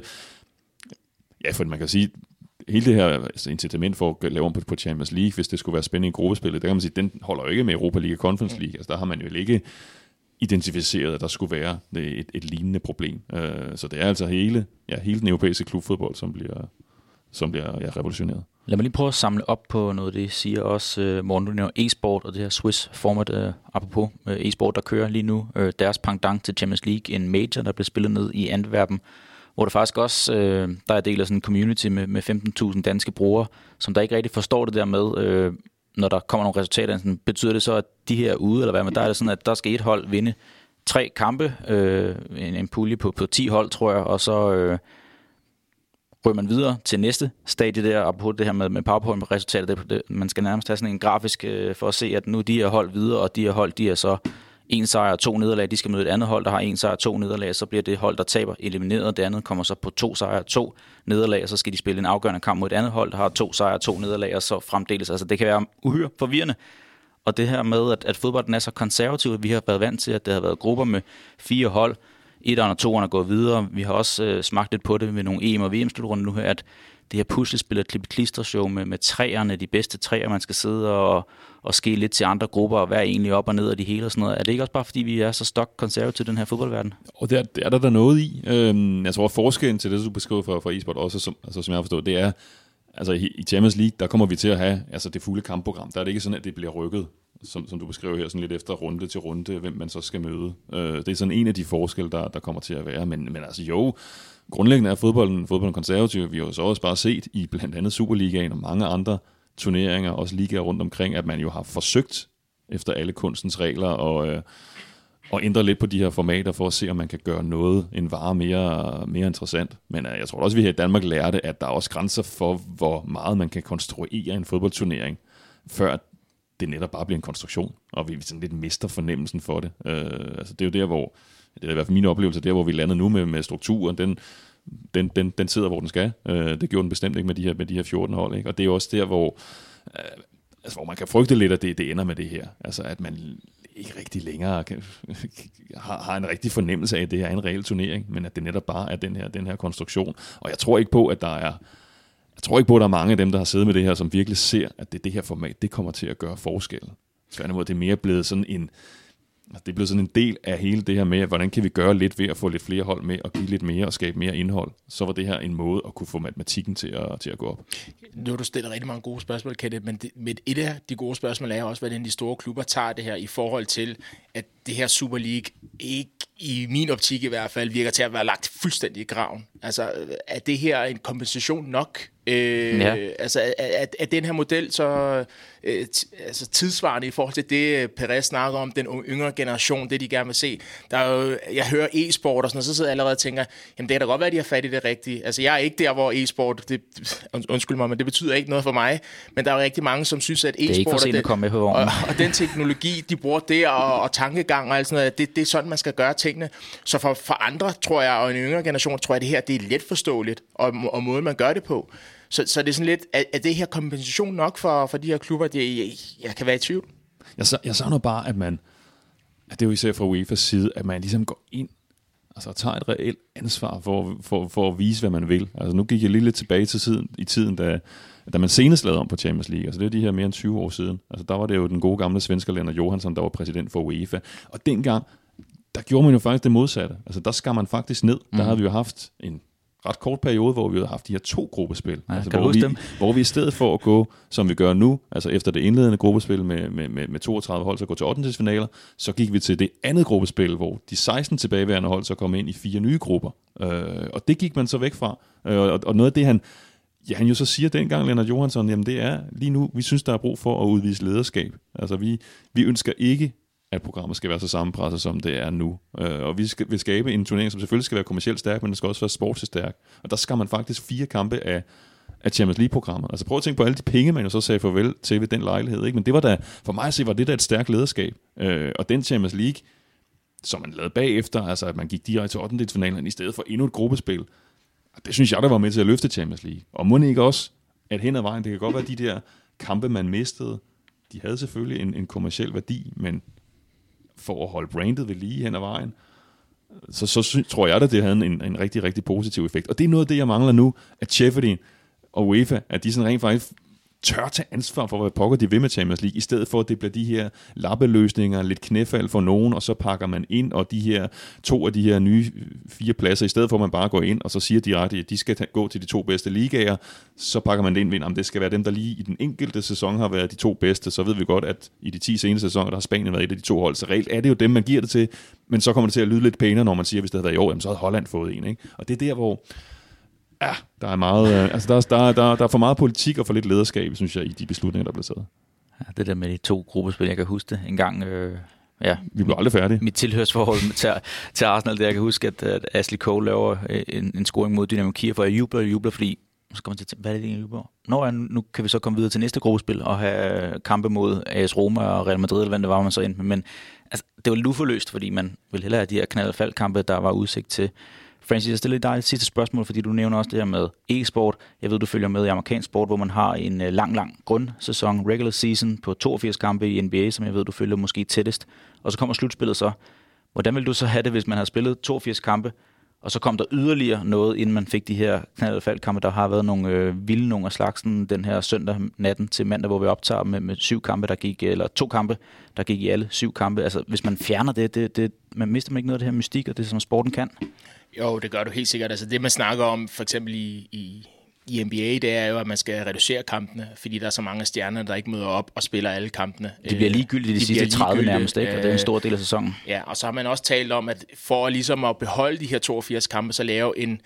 ja, for man kan sige, hele det her incitament for at lave om på Champions League, hvis det skulle være spændende i gruppespillet, der kan man sige, den holder jo ikke med Europa League og Conference League. Altså der har man jo ikke identificeret, at der skulle være et lignende problem. Så det er altså hele den europæiske klubfodbold, som bliver revolutioneret. Lad mig lige prøve at samle op på noget, det siger også Morten, du nævner e-sport og det her Swiss format, apropos e-sport, der kører lige nu. Deres pendant til Champions League, en major, der bliver spillet ned i Antwerpen, hvor der faktisk også, der er del af sådan en community med 15.000 danske brugere, som der ikke rigtig forstår det der med, når der kommer nogle resultater. Sådan, betyder det så, at de her er ude, eller hvad? Men der er det sådan, at der skal et hold vinde 3 kampe, en pulje på 10 hold, tror jeg, og så... ryger man videre til næste stadie der, og på det her med PowerPoint-resultater, man skal nærmest have sådan en grafisk for at se, at nu de her hold videre, og de her hold, de er så 1 sejr og 2 nederlag, de skal møde et andet hold, der har 1 sejr og 2 nederlag, så bliver det hold, der taber, elimineret, det andet kommer så på 2 sejre og 2 nederlag, og så skal de spille en afgørende kamp mod et andet hold, der har 2 sejre og 2 nederlag, og så fremdeles. Altså det kan være uhyre forvirrende. Og det her med, at fodbolden er så konservativ, at vi har været vant til, at det har været grupper med 4 hold, 1'eren og 2'eren er gået videre. Vi har også smagt lidt på det med nogle EM- og VM-slutrunde nu her, at det her puslespil og klister-show med træerne, de bedste træer, man skal sidde og ske lidt til andre grupper, og være egentlig op og ned af de hele og sådan noget. Er det ikke også bare, fordi vi er så konservative i den her fodboldverden? Og det er der noget i. Jeg tror, at forskellen til det, du beskriver fra e-sport også, som jeg har forstået, det er, altså i Champions League, der kommer vi til at have det fulde kampprogram. Der er det ikke sådan, at det bliver rykket, som du beskriver her, sådan lidt efter runde til runde, hvem man så skal møde. Det er sådan en af de forskelle, der kommer til at være. Men altså jo, grundlæggende er fodbolden konservativ. Vi har jo så også bare set i blandt andet Superligaen og mange andre turneringer, også ligaer rundt omkring, at man jo har forsøgt efter alle kunstens regler og ændre lidt på de her formater for at se, om man kan gøre en vare mere interessant. Men jeg tror også, vi her i Danmark lærte, at der er også grænser for, hvor meget man kan konstruere en fodboldturnering, før det netop bare bliver en konstruktion, og vi sådan lidt mister fornemmelsen for det. Altså det er jo der, hvor, det er i hvert fald min oplevelse, der hvor vi lander nu med strukturen, den sidder, hvor den skal. Det gjorde den bestemt ikke med de her 14 hold, ikke? Og det er jo også der, hvor man kan frygte lidt, at det ender med det her. Altså at man ikke rigtig længere har en rigtig fornemmelse af, at det her er en reel turnering, men at det netop bare er den her konstruktion. Og jeg tror ikke på, at der er mange af dem, der har siddet med det her, som virkelig ser, at det her format, det kommer til at gøre forskel. Tværtimod, det er mere blevet sådan en del af hele det her med, hvordan kan vi gøre lidt ved at få lidt flere hold med, og give lidt mere og skabe mere indhold. Så var det her en måde at kunne få matematikken til at gå op. Nu har du stillet rigtig mange gode spørgsmål, Kenneth, men et af de gode spørgsmål er også, hvordan de store klubber tager det her i forhold til, at det her Super League ikke, i min optik i hvert fald, virker til at være lagt fuldstændig i graven. Altså, er det her en kompensation nok Altså at den her model så altså tidsvarende i forhold til det, Perez snakker om, den yngre generation, det de gerne vil se. Der er jo, jeg hører e-sport og sådan noget, så sidder jeg allerede og tænker, jamen det er da godt være, at de har fat i det rigtige. Altså jeg er ikke der, hvor e-sport, undskyld mig, men det betyder ikke noget for mig, men der er jo rigtig mange, som synes, at e-sport og den teknologi, de bruger der, og tankegang og alt sådan noget, det er sådan, man skal gøre tingene. Så for andre, tror jeg, og en yngre generation, tror jeg, det her, det er let forståeligt, og måden, man gør det på. Så det er sådan lidt, er det her kompensation nok for de her klubber? Jeg kan være i tvivl. Jeg savner bare, at det er jo især fra UEFA's side, at man ligesom går ind og tager et reelt ansvar for at vise, hvad man vil. Altså nu gik jeg lige lidt tilbage til tiden, da man senest lavede om på Champions League. Altså det er de her mere end 20 år siden. Altså der var det jo den gode gamle svensker Lennart Johansson, der var præsident for UEFA. Og dengang, der gjorde man jo faktisk det modsatte. Altså der skar man faktisk ned. Der havde vi jo haft en ret kort periode, hvor vi havde haft de her 2 gruppespil. Ja, altså, hvor vi i stedet for at gå, som vi gør nu, altså efter det indledende gruppespil med 32 hold, så gå til 8. så gik vi til det andet gruppespil, hvor de 16 tilbageværende hold så kom ind i 4 nye grupper. Og det gik man så væk fra. Og noget af det, han jo så siger dengang, Lennart Johansson, jamen det er lige nu, vi synes, der er brug for at udvise lederskab. Altså vi ønsker ikke, at programmet skal være så sammenpresset, som det er nu. Og vi vil skabe en turnering, som selvfølgelig skal være kommercielt stærk, men det skal også være sportsligt stærk. Og der skal man faktisk 4 kampe af Champions League-programmet. Altså prøv at tænke på alle de penge, man jo så sagde farvel til ved den lejlighed. Ikke? Men det var da, for mig at se, var det da et stærkt lederskab. Og den Champions League, som man lavede bagefter, altså at man gik direkte til 8. i stedet for endnu et gruppespil, det synes jeg, der var med til at løfte Champions League. Og må ikke også, at hen ad vejen, det kan godt være de der kampe, man mistede, de havde selvfølgelig en kommerciel værdi, men for at holde brandet ved lige hen ad vejen, så tror jeg, at det havde en rigtig, rigtig positiv effekt. Og det er noget af det, jeg mangler nu, at Sheffield og UEFA, at de sådan rent faktisk tør tage ansvar for, hvad pokker de vil med Champions League, i stedet for, at det bliver de her lappeløsninger, lidt knæfald for nogen, og så pakker man ind, og de her 2 af de her nye 4 pladser, i stedet for, at man bare går ind, og så siger direkte, at de skal gå til de 2 bedste ligaer, så pakker man det ind, om det skal være dem, der lige i den enkelte sæson har været de 2 bedste, så ved vi godt, at i de 10 seneste sæsoner, der har Spanien været et af de 2 hold, så reelt er det jo dem, man giver det til, men så kommer det til at lyde lidt pænere, når man siger, hvis det havde været i år, jamen, så havde Holland fået en, ikke? Og det er der, hvor der er meget, altså der er for meget politik og for lidt lederskab, synes jeg, i de beslutninger, der bliver taget. Ja, det der med de 2 gruppespil, jeg kan huske det en gang. Vi blev aldrig færdige. Mit tilhørsforhold til Arsenal, det jeg kan huske, at Ashley Cole laver en scoring mod Dynamo Kiev, og jeg jubler, fordi så kommer man til, hvad er det, jeg jubler? Nu kan vi så komme videre til næste gruppespil og have kampe mod AS Roma og Real Madrid, eller hvad det var, man så endte med. Men altså, det var lidt uforløst, fordi man ville hellere have de her knald-fald-kampe, der var udsigt til. Francis, jeg stiller dig et sidste spørgsmål, fordi du nævner også det her med e-sport. Jeg ved, du følger med i amerikansk sport, hvor man har en lang grundsæson, regular season, på 82 kampe i NBA, som jeg ved, du følger måske tættest. Og så kommer slutspillet så. Hvordan vil du så have det, hvis man har spillet 82 kampe, og så kom der yderligere noget, inden man fik de her knald-fald-kampe? Der har været nogle vilde nogle af slagsen den her søndag natten til mandag, hvor vi optager med 7 kampe, der gik, eller 2 kampe, der gik i alle 7 kampe. Altså, hvis man fjerner det, man mister man ikke noget af det her mystik, og det som sporten kan? Jo, det gør du helt sikkert. Altså det, man snakker om for eksempel i NBA, det er jo, at man skal reducere kampene, fordi der er så mange stjerner, der ikke møder op og spiller alle kampene. Det bliver ligegyldigt de sidste 30 nærmest, ikke? Og det er en stor del af sæsonen. Ja, og så har man også talt om, at for ligesom at beholde de her 82 kampe, så lave en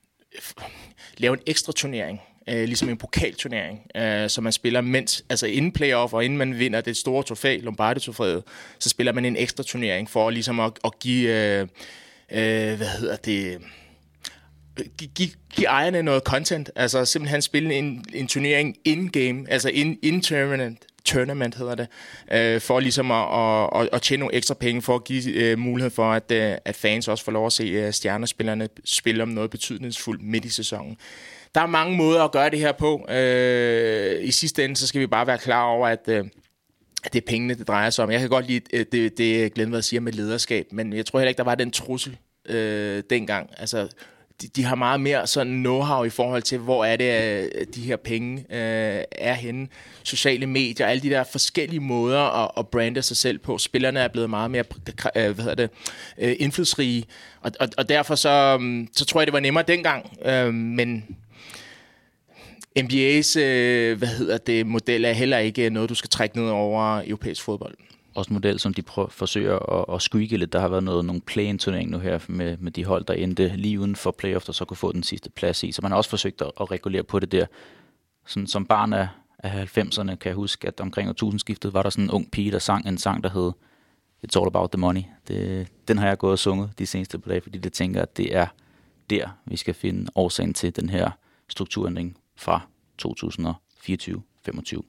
ekstra turnering. Ligesom en pokalturnering, så man spiller altså inden playoff, og inden man vinder det store trofæ, Lombardi-trofæet, så spiller man en ekstra turnering for ligesom at give... give ejerne noget content, altså simpelthen spille en turnering in-game, altså in-tournament hedder det, for ligesom at tjene nogle ekstra penge, for at give mulighed for, at fans også får lov at se stjernespillerne spille om noget betydningsfuldt midt i sæsonen. Der er mange måder at gøre det her på. I sidste ende, så skal vi bare være klar over, at det er pengene, det drejer sig om. Jeg kan godt lide det Glenn siger med lederskab, men jeg tror heller ikke, der var den trussel dengang. Altså, de har meget mere sådan know-how i forhold til, hvor er det, de her penge er henne. Sociale medier, alle de der forskellige måder at brande sig selv på. Spillerne er blevet meget mere indflydelsesrige, og derfor så tror jeg, det var nemmere dengang, men NBA's model er heller ikke noget, du skal trække ned over europæisk fodbold. også en model, som de forsøger at squeake lidt. Der har været nogle play-in-turnering nu her med de hold, der endte lige uden for playoff, der så kunne få den sidste plads i. Så man har også forsøgt at regulere på det der. Sådan, som barn af 90'erne kan jeg huske, at omkring årtusindskiftet var der sådan en ung pige, der sang en sang, der hed It's All About The Money. Den har jeg gået og sunget de seneste par dage, fordi det tænker, at det er der, vi skal finde årsagen til den her strukturændring fra 2024-25.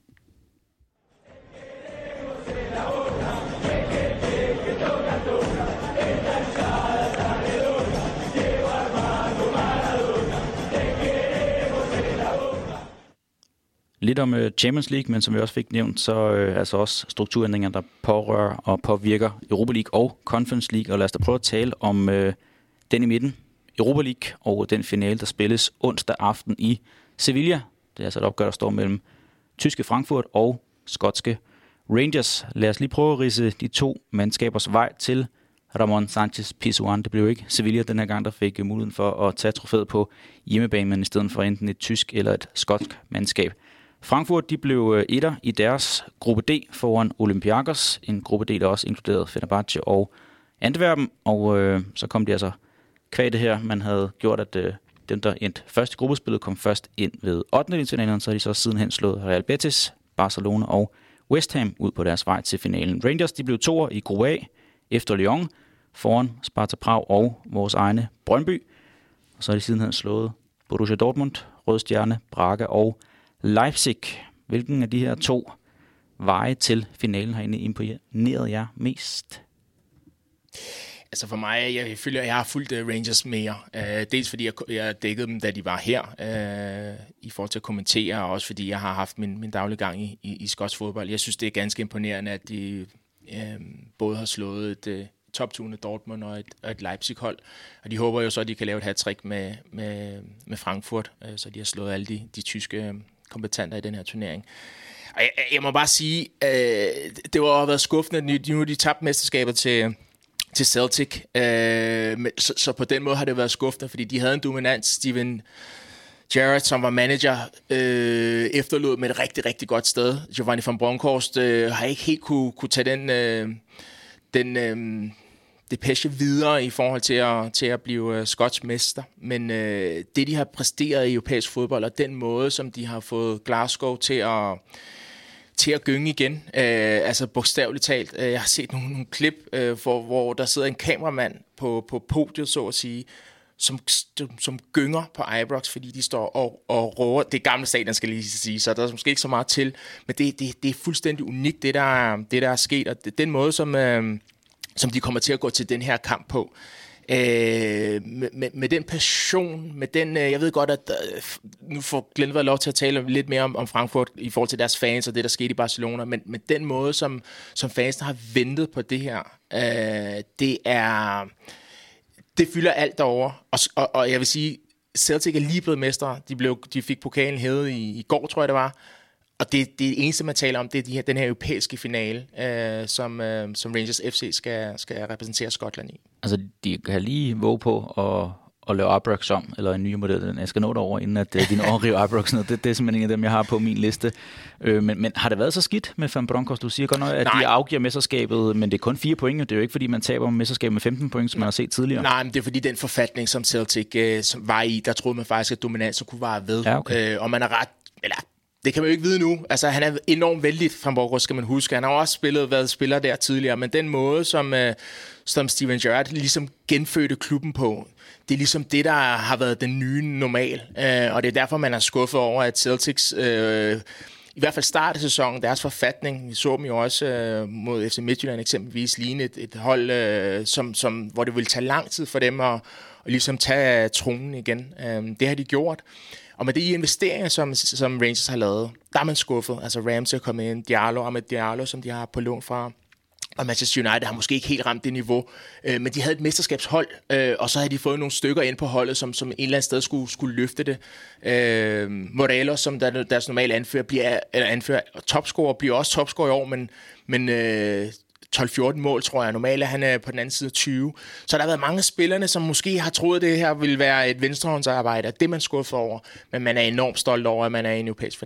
Lidt om Champions League, men som vi også fik nævnt, så altså også strukturændringer, der pårører og påvirker Europa League og Conference League. Og lad os da prøve at tale om den i midten, Europa League, og den finale, der spilles onsdag aften i Sevilla. Det er altså et opgør, der står mellem tyske Frankfurt og skotske Rangers. Lad os lige prøve at ridse de to mandskabers vej til Ramon Sanchez Pizjuan. Det blev ikke Sevilla den her gang, der fik muligheden for at tage trofæet på hjemmebane, men i stedet for enten et tysk eller et skotsk mandskab. Frankfurt de blev etter i deres gruppe D foran Olympiakos. En gruppe D, der også inkluderede Fenerbahce og Antwerpen. Og så kom de altså kvad det her. Man havde gjort, at dem, der endte først i gruppespillet, kom først ind ved 8. finalen. Så har de så sidenhen slået Real Betis, Barcelona og West Ham ud på deres vej til finalen. Rangers de blev toer i gruppe A efter Lyon foran Sparta Prag og vores egne Brøndby. Og så har de sidenhen slået Borussia Dortmund, Røde Stjerne, Braga og Leipzig. Hvilken af de her to veje til finalen har imponeret jer mest? Altså for mig, jeg føler, at jeg har fulgt Rangers mere. Dels fordi jeg dækkede dem, da de var her, i forhold til at kommentere, og også fordi jeg har haft min daglige gang i skotsk fodbold. Jeg synes, det er ganske imponerende, at de både har slået et toptunet Dortmund og et Leipzig-hold. Og de håber jo så, at de kan lave et hat-trick med Frankfurt, så de har slået alle de tyske kompetenter i den her turnering. Og jeg må bare sige, det har været skuffende, at nu har de tabt mesterskabet til Celtic. Så på den måde har det været skuffende, fordi de havde en dominant Steven Gerrard, som var manager, efterlod med et rigtig, rigtig godt sted. Giovanni van Bronckhorst har ikke helt kunne tage den depeche videre i forhold til at blive skotsk mester. Men det, de har præsteret i europæisk fodbold, og den måde, som de har fået Glasgow til at gynge igen, altså bogstaveligt talt. Jeg har set nogle klip, hvor der sidder en kameramand på podiet, så at sige, som gynger på Ibrox, fordi de står og råber. Det er gamle stadion, skal lige sige, så der er måske ikke så meget til, men det er fuldstændig unikt, det der er sket, og den måde, som de kommer til at gå til den her kamp på. Med den passion, med den, jeg ved godt, at nu får Glenn været lov til at tale lidt mere om Frankfurt i forhold til deres fans og det, der skete i Barcelona, men den måde, som fansene har ventet på det her, det fylder alt derovre. Og jeg vil sige, Celtic er lige blevet mestre. De fik pokalen hævet i går, tror jeg det var. Og det eneste, man taler om, det er den her europæiske finale, som Rangers FC skal repræsentere Skotland i. Altså, de kan lige våge på at lave Ibrox om, eller en ny model. Jeg skal nå derover, inden at de når at rive Ibrox ned. Det er simpelthen en af dem, jeg har på min liste. Men har det været så skidt med Van Bronckhorst? Du siger godt nok, at de afgiver mesterskabet, men det er kun 4 point. Det er jo ikke, fordi man taber mesterskabet med 15 point, som man har set tidligere. Nej, men det er fordi den forfatning, som Celtic var i, der troede man faktisk, at dominansen kunne vare ved. Ja, okay. Og man er ret... Eller, det kan man jo ikke vide nu. Altså, han er enormt vældig, Van Bronckhorst, skal man huske. Han har også været spiller der tidligere, men den måde, som Steven Gerrard ligesom genfødte klubben på, det er ligesom det, der har været den nye normal. Og det er derfor, man er skuffet over, at Celtics, i hvert fald start af sæsonen, deres forfatning, vi så dem jo også mod FC Midtjylland eksempelvis, lignende et hold, hvor det ville tage lang tid for dem at ligesom tage tronen igen. Det har de gjort. Og med de investeringer, som Rangers har lavet, der er man skuffet. Altså Ramsey er kommet ind, Ahmed Diallo, som de har på lån fra. Og Manchester United har måske ikke helt ramt det niveau. Men de havde et mesterskabshold, og så havde de fået nogle stykker ind på holdet, som en eller anden sted skulle løfte det. Morelos, som deres normale anfører, topscorer, bliver også topscorer i år, men 12-14 mål, tror jeg. Normalt han er på den anden side 20. Så der har været mange spillerne, som måske har troet, at det her ville være et venstrehåndsarbejde. Det er man skuffet over, men man er enormt stolt over, at man er i en europæisk finale.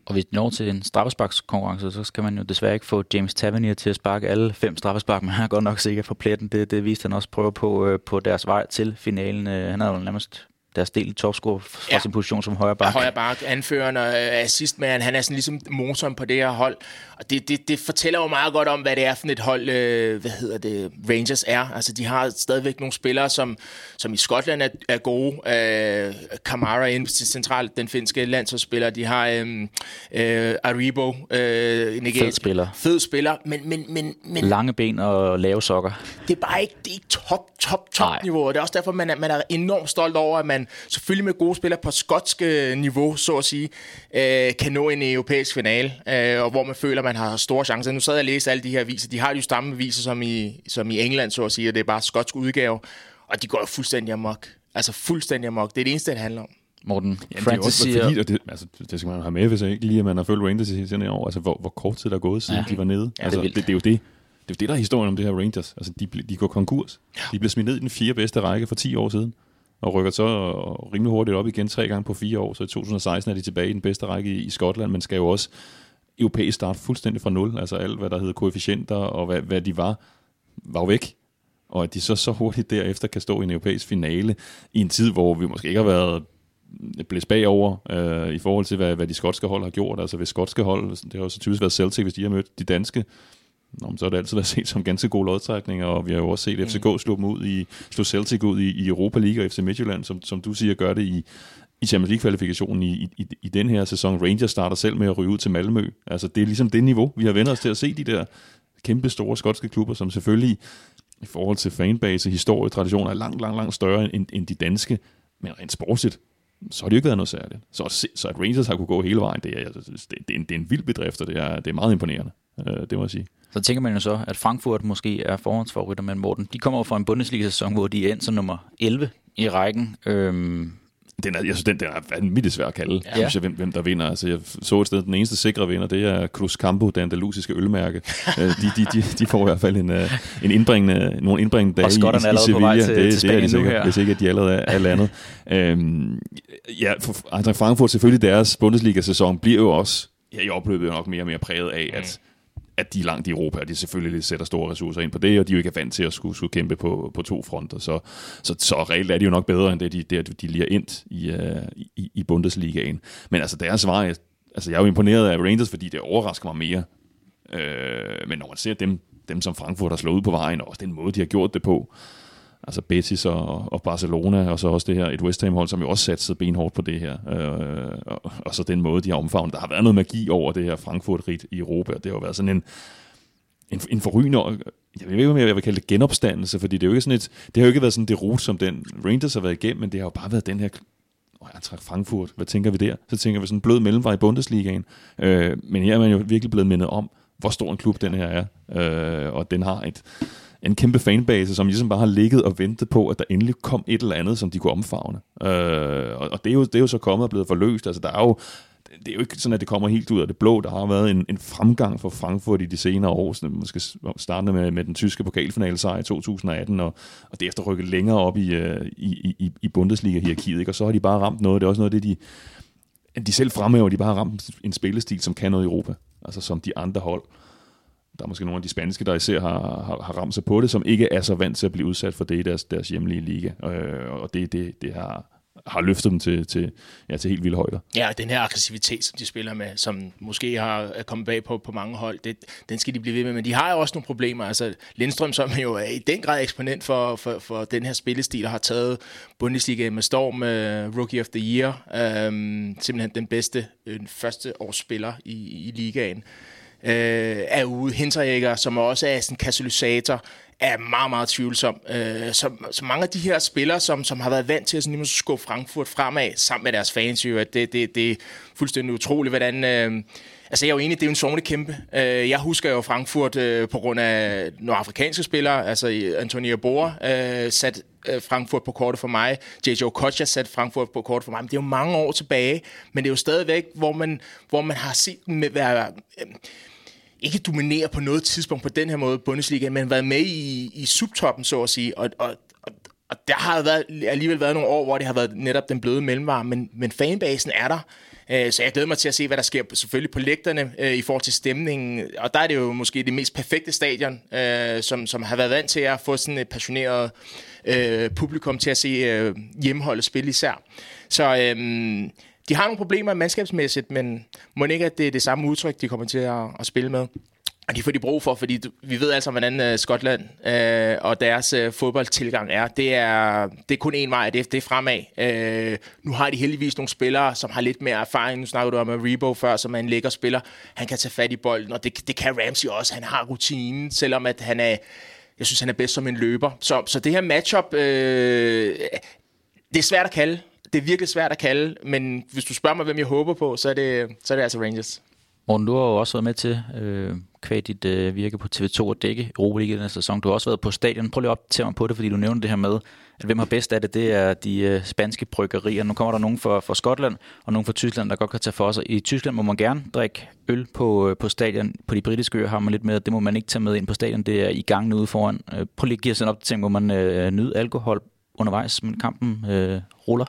Og hvis de når til en straffesparkskonkurrence, så skal man jo desværre ikke få James Tavernier til at sparke alle 5 straffespark, men han er godt nok sikker på pletten. Det viste han også prøve på deres vej til finalen. Han havde jo nærmest deres del i topscore fra sin position som højre bak. Højre bak, anføreren og assistmand, han er sådan ligesom motoren på det her hold. Og det fortæller jo meget godt om, hvad det er for et hold, Rangers er. Altså, de har stadigvæk nogle spillere, som i Skotland er gode. Kamara ind til centralt, den finske landsholdsspiller. De har Aribo. Fed spiller. Men lange ben og lave sokker. Det er bare ikke, top niveau. Og det er også derfor, man er enormt stolt over, at man selvfølgelig med gode spillere på skotsk niveau, så at sige, kan nå en europæisk finale, og hvor man føler, man har store chancer. Nu sad jeg og læste alle de her aviser. De har jo samme aviser som i England, så at sige, og det er bare skotsk udgave, og de går jo fuldstændig amok. Altså fuldstændig amok. Det er det eneste, det handler om. Morten, Francis siger... Det skal man have med, hvis jeg ikke lige, at man har følt Rangers i sådan et år. Altså, hvor kort tid der er gået, siden de var nede. Ja, altså, det er jo det. Det er jo det, der er historien om det her Rangers. Altså, de går konkurs. De blev smidt ned i den 4. bedste række for 10 år siden, og rykker så rimelig hurtigt op igen 3 gange på 4 år. Så i 2016 er de tilbage i den bedste række i Skotland, men skal jo også europæisk start fuldstændig fra 0. Altså alt, hvad der hedder koefficienter, og hvad de var jo væk. Og at de så hurtigt derefter kan stå i en europæisk finale, i en tid, hvor vi måske ikke har været blæst bagover i forhold til, hvad de skotske hold har gjort. Altså hvis skotske hold, det har jo så typisk været Celtic, hvis de har mødt de danske, så har det altid været set som ganske gode lodtrækninger, og vi har jo også set FCK slå Celtic ud i Europa League og FC Midtjylland, som du siger, gør det i Champions League-kvalifikationen i den her sæson. Rangers starter selv med at ryge ud til Malmø. Altså det er ligesom det niveau, vi har vendt os til at se de der kæmpe store skotske klubber, som selvfølgelig i forhold til fanbase, historie, traditioner er langt større end de danske, men rent sportsligt, så har det jo ikke været noget særligt. Så at Rangers har kunne gå hele vejen, det er en vild bedrift, og det er meget imponerende, det må jeg sige. Så tænker man jo så, at Frankfurt måske er forhåndsfavoritter, men Morten, de kommer jo fra en Bundesliga-sæson, hvor de er endt som nummer 11 i rækken. Den er vanvittigt svær at kalde, synes jeg, hvem der vinder. Altså, jeg så et sted, den eneste sikre vinder, det er Cruz Campo, det andalusiske ølmærke. De får i hvert fald nogle indbringende dage i Sevilla. Det er de sikkert, hvis ikke at de allerede er landet. For Frankfurt, selvfølgelig deres Bundesliga-sæson bliver jo også i opløbet nok mere og mere præget af, at de er langt i Europa, og de selvfølgelig sætter store ressourcer ind på det, og de er jo ikke vant til at skulle kæmpe på 2 fronter. Så reelt er de jo nok bedre, end det de lige er endt i Bundesligaen. Men altså deres vej, altså jeg er jo imponeret af Rangers, fordi det overrasker mig mere. Men når man ser dem som Frankfurt har slået ud på vejen, og også den måde, de har gjort det på, altså Betis og Barcelona, og så også det her, et West Ham-hold, som jo også satsede benhårdt på det her. Og så den måde, de har omfavnet. Der har været noget magi over det her Frankfurt-rit i Europa, og det har jo været sådan en forrygende, jeg ved ikke, om jeg vil kalde det genopstandelse, fordi det er jo ikke sådan det har jo ikke været sådan det rute, som den Rangers har været igennem, men det har jo bare været den her, Frankfurt, hvad tænker vi der? Så tænker vi sådan en blød mellemvej i Bundesligaen. Men her er man jo virkelig blevet mindet om, hvor stor en klub den her er, og den har en kæmpe fanbase, som ligesom bare har ligget og ventet på, at der endelig kom et eller andet, som de kunne omfavne. Og det er jo så kommet og blevet forløst. Altså, det er jo ikke sådan, at det kommer helt ud af det blå. Der har været en fremgang for Frankfurt i de senere år, sådan, måske startende med den tyske pokalfinalesejr i 2018, og derefter rykket længere op i Bundesliga-hierarkiet. Ikke? Og så har de bare ramt noget. Det er også noget af det, de selv fremhæver. De bare har ramt en spillestil, som kan noget i Europa. Altså som de andre hold. Der er måske nogle af de spanske, der især har ramt sig på det, som ikke er så vant til at blive udsat for det i deres hjemlige liga. Og det har løftet dem til helt vilde højder. Ja, den her aggressivitet, som de spiller med, som måske er kommet bag på mange hold, den skal de blive ved med. Men de har jo også nogle problemer. Altså Lindstrøm, som jo er i den grad eksponent for den her spillestil, har taget Bundesliga med storm, Rookie of the Year, simpelthen den bedste første års spiller i ligaen. Er ude. Hinterjæger, som også er sådan en katalysator, er meget, meget tvivlsom. Så mange af de her spillere, som har været vant til at sådan, skubbe Frankfurt fremad, sammen med deres fans, jo, at det er fuldstændig utroligt, hvordan... Altså jeg er jo enig, det er jo en sovende kæmpe. Jeg husker jo Frankfurt på grund af nogle afrikanske spillere, altså Antonio Boer sat Frankfurt på kortet for mig, J.J. Okocha sat Frankfurt på kortet for mig, men det er jo mange år tilbage, men det er jo stadigvæk, hvor man har set dem være... ikke dominere på noget tidspunkt på den her måde Bundesliga, men været med i subtoppen, så at sige, og der har alligevel været nogle år, hvor det har været netop den bløde mellemvare, men fanbasen er der. Så jeg glæder mig til at se, hvad der sker selvfølgelig på lægterne i forhold til stemningen. Og der er det jo måske det mest perfekte stadion, som har været vant til at få sådan et passioneret publikum til at se hjemmeholdet spille især. Så de har nogle problemer mandskabsmæssigt, men må ikke, at det er det samme udtryk, de kommer til at spille med. Og de får de brug for, fordi vi ved altså, hvordan Skotland og deres fodboldtilgang er. Det er kun én vej, det er fremad. Nu har de heldigvis nogle spillere, som har lidt mere erfaring. Nu snakker du om Rebo før, som er en lækker spiller. Han kan tage fat i bolden, og det kan Ramsey også. Han har rutinen, selvom at jeg synes, han er bedst som en løber. Så det her matchup, det er svært at kalde. Det er virkelig svært at kalde, men hvis du spørger mig, hvem jeg håber på, så er det altså Rangers. Morten, du har jo også været med til, kvad dit virke på TV2 og dække Europa League i den her sæson. Du har også været på stadion. Prøv lige at opdatere mig på det, fordi du nævnte det her med, at hvem har bedst af det, det er de spanske bryggerier. Nu kommer der nogen fra Skotland og nogen fra Tyskland, der godt kan tage for sig. I Tyskland må man gerne drikke øl på stadion. På de britiske øer har man lidt med, det må man ikke tage med ind på stadion. Det er i gang ude foran. Prøv lige at give os en opdatering, hvor man nyde alkohol undervejs, men kampen ruller.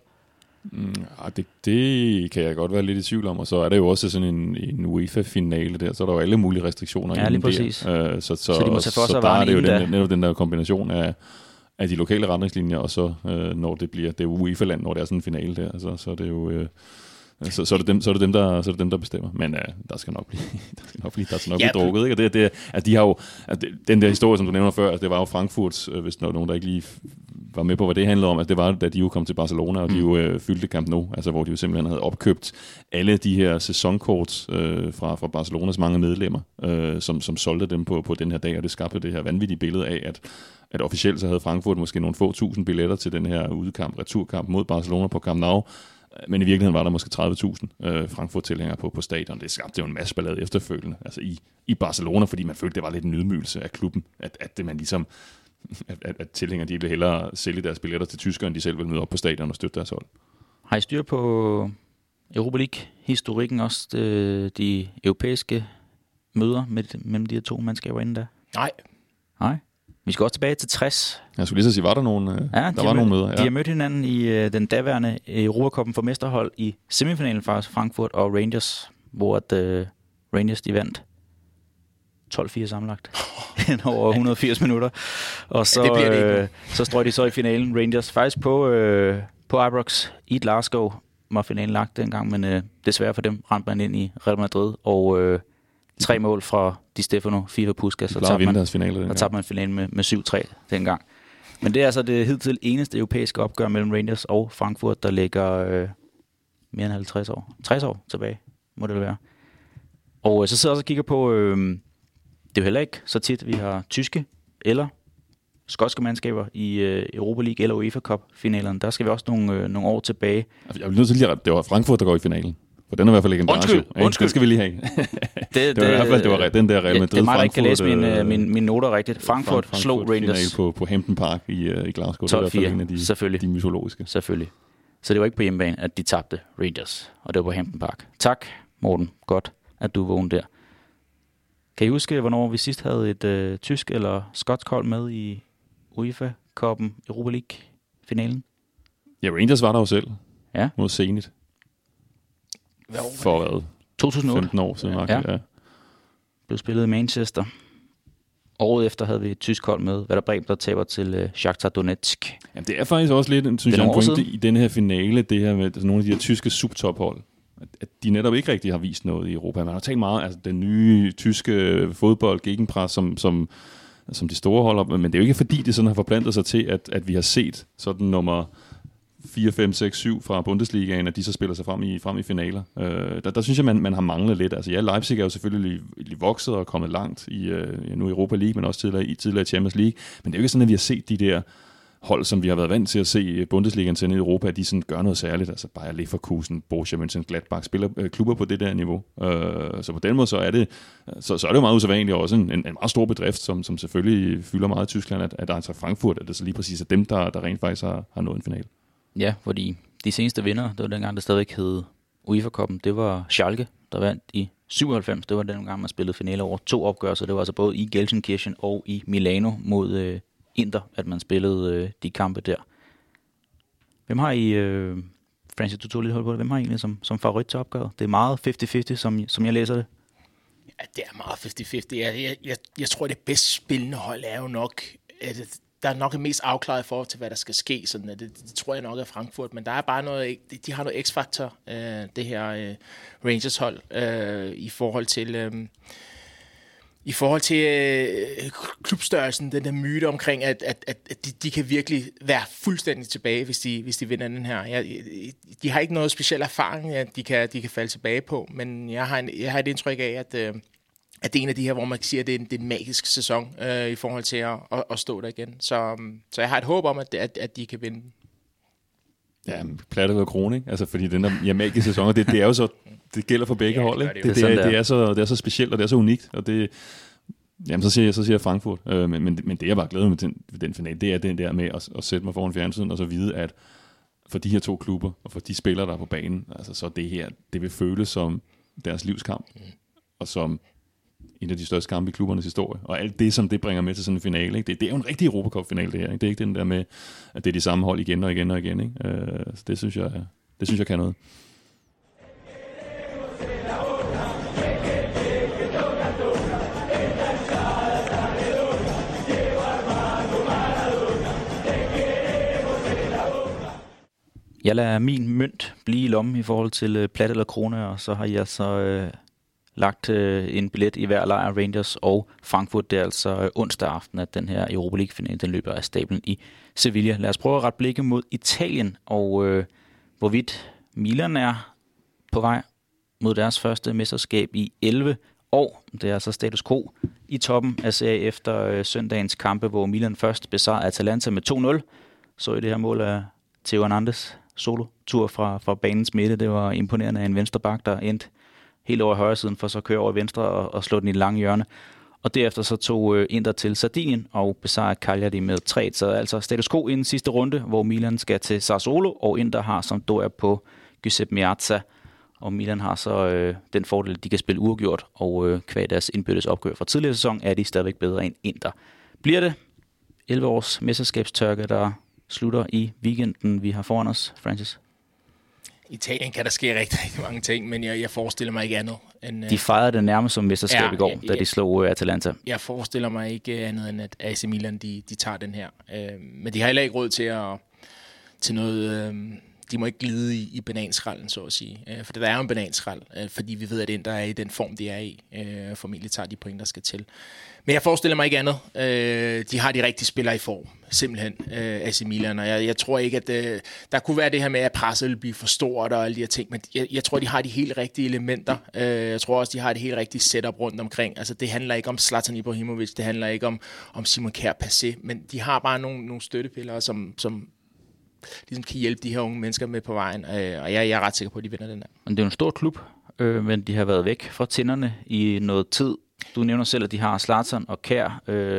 Det kan jeg godt være lidt i tvivl om, og så er det jo også sådan en UEFA-finale der, så er der jo alle mulige restriktioner. Ja, lige præcis. Så de må tage for sig, der er det jo netop den der kombination af de lokale retningslinjer, og så når det er UEFA-land, når det er sådan en finale der, så er det jo... Så er det dem, der bestemmer. Men der skal nok blive drukket, ikke? Og det at de har jo den der historie, som du nævner før, det var jo Frankfurt, hvis der var nogen, der ikke lige var med på, hvad det handlede om. Altså det var, da de jo kom til Barcelona, og de jo fyldte Camp Nou, altså hvor de jo simpelthen havde opkøbt alle de her sæsonkort fra Barcelonas mange medlemmer, som solgte dem på den her dag, og det skabte det her vanvittige billede af, at officielt så havde Frankfurt måske nogle få tusind billetter til den her returkamp mod Barcelona på Camp Nou. Men i virkeligheden var der måske 30.000 Frankfurt-tilhængere på stadion. Det skabte jo en masse ballade efterfølgende, altså i Barcelona, fordi man følte, det var lidt en ydmygelse af klubben, at man ligesom, at tilhængere, de ville hellere sælge deres billetter til tyskere, end de selv ville møde op på stadion og støtte deres hold. Har I styr på Europa League-historikken også, de europæiske møder mellem de her to mandskaber inden der? Nej. Vi skal også tilbage til 60. Jeg skulle lige så sige, var der nogen, nogle møder? Ja. De har mødt hinanden i den daværende Europacuppen for mesterhold i semifinalen fra Frankfurt og Rangers, hvor Rangers de vandt 12-4 sammenlagt over 180 minutter. Og så, så strøg de så i finalen. Rangers faktisk på Ibrox i Glasgow var finalen lagt dengang, men desværre for dem ramte man ind i Real Madrid, og 3 mål fra Di Stefano, 4 fra Puskas, så tabte man finalen med 7-3 dengang. Men det er altså det hidtil eneste europæiske opgør mellem Rangers og Frankfurt, der ligger mere end 50 år. 60 år tilbage, må det være. Og så sidder jeg også og kigger på, det er jo heller ikke så tit, vi har tyske eller skotske mandskaber i Europa League eller UEFA Cup-finalerne. Der skal vi også nogle år tilbage. Jeg vil nødt til lige at det var Frankfurt, der går i finalen. For den er i hvert fald legendarisk. Undskyld. Det skal vi lige have. det var i hvert fald det var den der Real Madrid. Det er mig, der ikke kan læse mine noter rigtigt. Frankfurt slog Rangers på Hampden Park i Glasgow. 12-4, det er en af de mytologiske. Selvfølgelig. Så det var ikke på hjemmebane, at de tabte Rangers, og det var på Hampden Park. Tak, Morten. Godt, at du vågnede der. Kan I huske, hvornår vi sidst havde et tysk eller skotsk hold med i UEFA-cupen Europa League-finalen? Ja, Rangers var der jo selv. Ja. Mod Zenit. For hvad? 2008. 15 år siden. Ja. Blev spillet i Manchester. Året efter havde vi et tysk hold med, hvad der Bremen, der taber til Shakhtar Donetsk. Jamen, det er faktisk også lidt, synes jeg, en pointe i den her finale, det her med nogle af de her tyske subtophold, at de netop ikke rigtig har vist noget i Europa. Man har talt meget, altså den nye tyske fodbold, gegenpres, som de store hold, men det er jo ikke fordi, det sådan har forplantet sig til, at vi har set sådan nummer 4, 5, 6, 7 fra Bundesligaen, at de så spiller sig frem i finaler. Der synes jeg, man har manglet lidt. Altså ja, Leipzig er jo selvfølgelig vokset og kommet langt i nu Europa League, men også tidligere i Champions League. Men det er jo ikke sådan, at vi har set de der hold, som vi har været vant til at se Bundesligaen sende i Europa, at de sådan gør noget særligt. Altså Bayer Leverkusen, Borussia Mönchengladbach spiller klubber på det der niveau. Så på den måde så er det jo meget usædvanligt, og også en meget stor bedrift, som selvfølgelig fylder meget i Tyskland, at Eintracht Frankfurt, at det så lige præcis er dem, der rent faktisk har nået en final. Ja, fordi de seneste vinder, det var dengang, der stadigvæk hed UEFA-cuppen, det var Schalke, der vandt i 97. Det var dengang, man spillede finale over 2 opgør, så det var altså både i Gelsenkirchen og i Milano mod Inter, at man spillede de kampe der. Hvem har I Francis, du tog lidt hold på det. Hvem har egentlig som favorit til opgøret? Det er meget 50-50, som jeg læser det. Ja, det er meget 50-50. Jeg tror, det bedst spillende hold er jo nok... Der er nok det mest afklaret i forhold til, hvad der skal ske. Sådan, det tror jeg nok er Frankfurt, men der er bare noget... De har noget x-faktor, det her Rangers-hold, i forhold til klubstørrelsen, den der myte omkring, at de kan virkelig være fuldstændig tilbage, hvis de vinder den her. De har ikke noget speciel erfaring, at de kan falde tilbage på, men jeg har et indtryk af, at det er en af de her, hvor man kan sige, at det er en magisk sæson i forhold til at stå der igen. Så jeg har et håb om, at de kan vinde. Ja, platte ved krone, ikke? Altså, fordi den der magiske sæson, det er jo så, det gælder for begge hold, ikke? Det er så specielt, og det er så unikt, og det, jamen, så siger jeg Frankfurt, men det jeg bare glæder mig til den finale, det er den der med at sætte mig foran fjernsynet, og så vide, at for de her to klubber, og for de spillere, der er på banen, altså så det her, det vil føles som deres livskamp, og som en af de største kampe i klubbernes historie. Og alt det, som det bringer med til sådan en finale, ikke? Det er jo en rigtig Europacup-finale, det her. Ikke? Det er ikke den der med, at det er de samme hold igen og igen og igen. Ikke? Så det synes jeg kan noget. Jeg lader min mønt blive i lommen i forhold til plat eller krone, og så har jeg så lagt en billet i hver lejr, Rangers og Frankfurt. Det er altså onsdag aften, at den her Europa League-finale, den løber af stablen i Sevilla. Lad os prøve at rette blikket mod Italien, og hvorvidt Milan er på vej mod deres første mesterskab i 11 år. Det er altså status quo i toppen af serien efter søndagens kampe, hvor Milan først besejrede Atalanta med 2-0. Så i det her mål af Theo Hernandez solo-tur fra banens midte. Det var imponerende af en venstre bak, der endte helt over højre siden, for så køre over i venstre og slå den i det lange hjørne. Og derefter så tog Inter til Sardinien og besejrede Cagliari med 3. Så altså status quo i den sidste runde, hvor Milan skal til Sassuolo, og Inter har Sampdoria på Giuseppe Meazza. Og Milan har så den fordel, at de kan spille uafgjort, og kvad deres indbyrdes opgør fra tidligere sæson, er de stadigvæk bedre end Inter. Bliver det 11 års mesterskabstørke, der slutter i weekenden, vi har foran os, Francis? Italien kan der ske rigtig, rigtig mange ting, men jeg forestiller mig ikke andet end... De fejrede det nærmest som mesterskab i går, da de slog Atalanta. Jeg forestiller mig ikke andet end, at AC Milan, de tager den her. Men de har heller ikke råd til noget... De må ikke glide i bananskralden, så at sige. For der er jo en bananskrald, fordi vi ved, at Inter er i den form, de er i. Formentlig tager de point, der skal til. Men jeg forestiller mig ikke andet. De har de rigtige spillere i form, simpelthen, AC Milan. Og jeg tror ikke, at der kunne være det her med, at presset vil blive for stort og alle de her ting. Men jeg tror, de har de helt rigtige elementer. Jeg tror også, de har det helt rigtige setup rundt omkring. Altså, det handler ikke om Zlatan Ibrahimovic, det handler ikke om Simon Kjær Passé, men de har bare nogle støttepillere, som ligesom kan hjælpe de her unge mennesker med på vejen, og jeg er ret sikker på, at de vinder den her. Men det er jo en stor klub, men de har været væk fra tænderne i noget tid. Du nævner selv, at de har Zlatan og Kjær,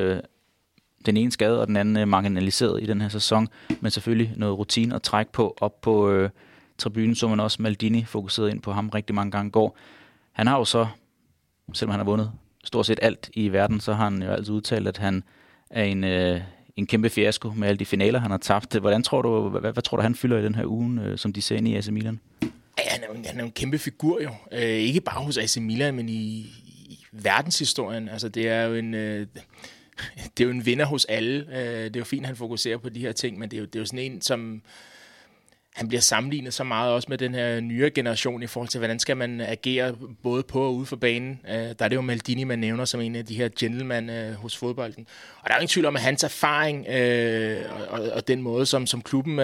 den ene skade og den anden marginaliseret i den her sæson, men selvfølgelig noget rutine at trække på op på tribunen, så man også Maldini fokuseret ind på ham rigtig mange gange i går. Han har jo så, selvom han har vundet stort set alt i verden, så har han jo altid udtalt, at han er en kæmpe fiasko med alle de finaler, han har tabt. Hvad tror du, han fylder i den her uge, som de ser ind i AC Milan? Ja, han er en kæmpe figur jo. Ikke bare hos AC Milan, men i verdenshistorien. Altså, det er jo en vinder hos alle. Det er jo fint, han fokuserer på de her ting, men det er jo sådan en, som... Han bliver sammenlignet så meget også med den her nye generation i forhold til, hvordan skal man agere både på og ude for banen. Der er det jo Maldini, man nævner som en af de her gentleman hos fodbolden. Og der er jo ingen tvivl om, at hans erfaring og den måde, som klubben...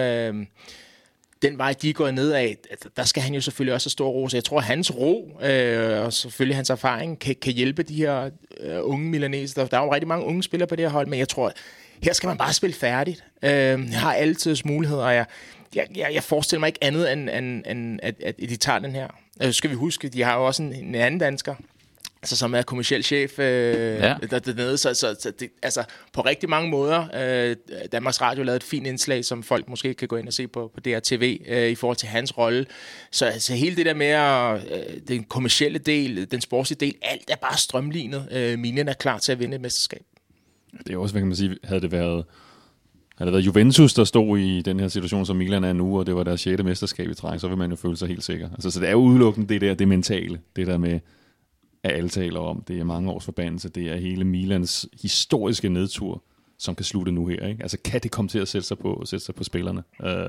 den vej, de er gået nedad, der skal han jo selvfølgelig også have stor ro. Så jeg tror, at hans ro og selvfølgelig hans erfaring kan hjælpe de her unge milaneser. Der er jo rigtig mange unge spillere på det her hold, men jeg tror, her skal man bare spille færdigt. Jeg har altid muligheder, og jeg forestiller mig ikke andet, end at de tager den her. Så skal vi huske, de har jo også en anden dansker, altså, som er kommerciel chef dernede. Så det, altså, på rigtig mange måder. Danmarks Radio lavede et fint indslag, som folk måske kan gå ind og se på DRTV i forhold til hans rolle. Så hele det der med den kommercielle del, den sportslige del, alt er bare strømlignet. Milan er klar til at vinde et mesterskab. Det er også, hvad kan man sige, havde det været Havde det været Juventus, der stod i den her situation, som Milan er nu, og det var deres 6. mesterskab i træk, så vil man jo føle sig helt sikker. Altså, så det er jo udelukkende det mentale, det der med, at alle taler om, det er mange års forbandelse, det er hele Milans historiske nedtur, som kan slutte nu her. Ikke? Altså, kan det komme til at sætte sig på spillerne?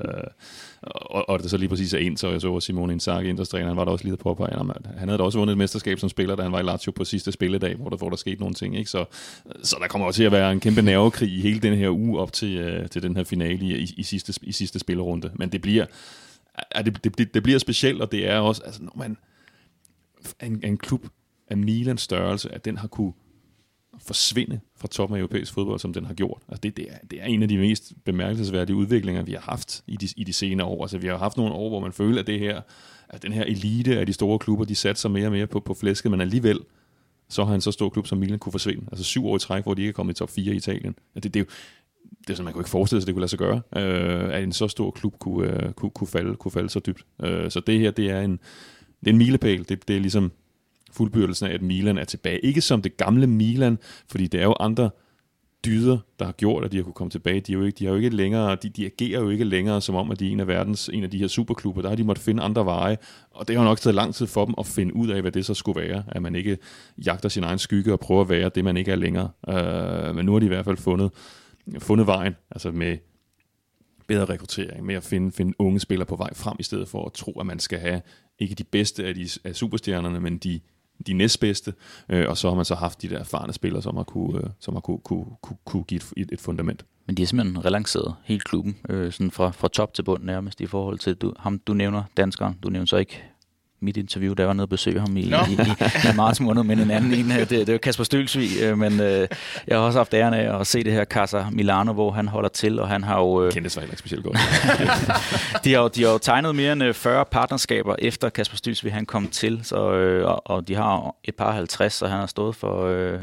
Og det så lige præcis er ind, så jeg så Simone Inzaghi, Interstræner, han var der også lige på. Han havde da også vundet et mesterskab som spiller, da han var i Lazio på sidste spilledag, hvor der skete nogle ting. Ikke? Så der kommer også til at være en kæmpe nervekrig i hele den her uge op til den her finale i sidste spillerunde. Men det bliver specielt, og det er også, altså, når man en klub af Milans størrelse, at den har kunne forsvinde fra toppen af europæisk fodbold, som den har gjort. Altså det er en af de mest bemærkelsesværdige udviklinger, vi har haft i de senere år. Altså vi har haft nogle år, hvor man føler, at den her elite af de store klubber, de satte sig mere og mere på flæsket, men alligevel så har en så stor klub som Milan kunne forsvinde. Altså 7 år i træk, hvor de ikke er kommet i top 4 i Italien. Det er jo sådan, man kunne ikke forestille sig, at det kunne lade sig gøre, at en så stor klub kunne falde så dybt. Så det her, det er en milepæl. Det er ligesom fuldbyrdelsen af, at Milan er tilbage. Ikke som det gamle Milan, fordi det er jo andre dyder, der har gjort, at de har kunne komme tilbage. De agerer jo ikke længere som om, at de er en af de her superklubber. Der har de måttet finde andre veje, og det har nok taget lang tid for dem at finde ud af, hvad det så skulle være. At man ikke jagter sin egen skygge og prøver at være det, man ikke er længere. Men nu har de i hvert fald fundet vejen, altså med bedre rekruttering, med at finde unge spillere på vej frem, i stedet for at tro, at man skal have ikke de bedste af superstjernerne, men de næstbedste, og så har man så haft de der erfarne spillere, som har kunne give et fundament. Men de har simpelthen relanceret hele klubben, sådan fra top til bund nærmest, i forhold til ham, du nævner danskeren. Du nævner så ikke mit interview, der var nede og besøge ham i marts måned, men en anden en, det var Kasper Stølsvig, men jeg har også haft æren af at se det her Casa Milano, hvor han holder til, og han har jo... Kendte sig ikke specielt godt. de har jo tegnet mere end 40 partnerskaber, efter Kasper Stølsvig han kom til, så, og de har et par 50, så han har stået for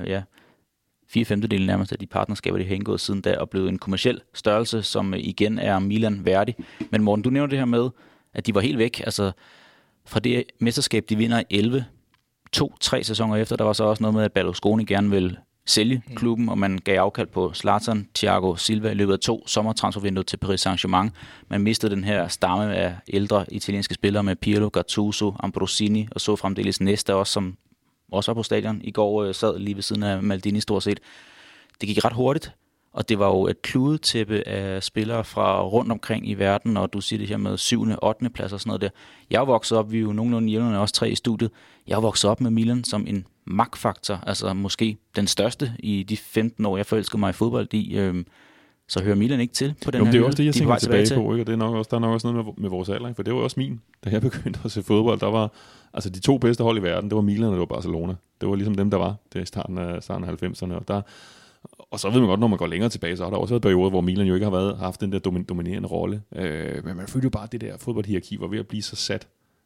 4/5 nærmest af de partnerskaber, de har indgået siden da, og blevet en kommerciel størrelse, som igen er Milan værdig. Men Morten, du nævner det her med, at de var helt væk, altså fra det mesterskab, de vinder i 11, 2-3 sæsoner efter, der var så også noget med, at Berlusconi gerne ville sælge klubben, og man gav afkald på Zlatan, Thiago Silva i løbet af 2 sommertransfervinduer til Paris Saint-Germain. Man mistede den her stamme af ældre italienske spillere med Pirlo, Gattuso, Ambrosini og så fremdeles Nesta også, som også var på stadion i går, sad lige ved siden af Maldini stort set. Det gik ret hurtigt, og det var jo et kludetæppe af spillere fra rundt omkring i verden, og du siger det her med 7., 8. plads og sådan noget der. Jeg er vokset op, vi er jo nogenlunde jævnerne, også 3 i studiet. Jeg er vokset op med Milan som en magtfaktor, altså måske den største i de 15 år, jeg forelskede mig i fodbold i. Så hører Milan ikke til på den her. Det er også det, jeg tænker tilbage på, ikke? Og det er nok også, der er nok også noget med vores alder, for det var også min, da jeg begyndte at se fodbold. Der var altså de 2 bedste hold i verden, det var Milan og det var Barcelona. Det var ligesom dem, der var det i starten af 90'erne, og så ved man godt, når man går længere tilbage, så har der også været perioder, hvor Milan jo ikke har haft den der dominerende rolle. Men man følte jo bare, at det der fodboldhierarki var ved at blive så sat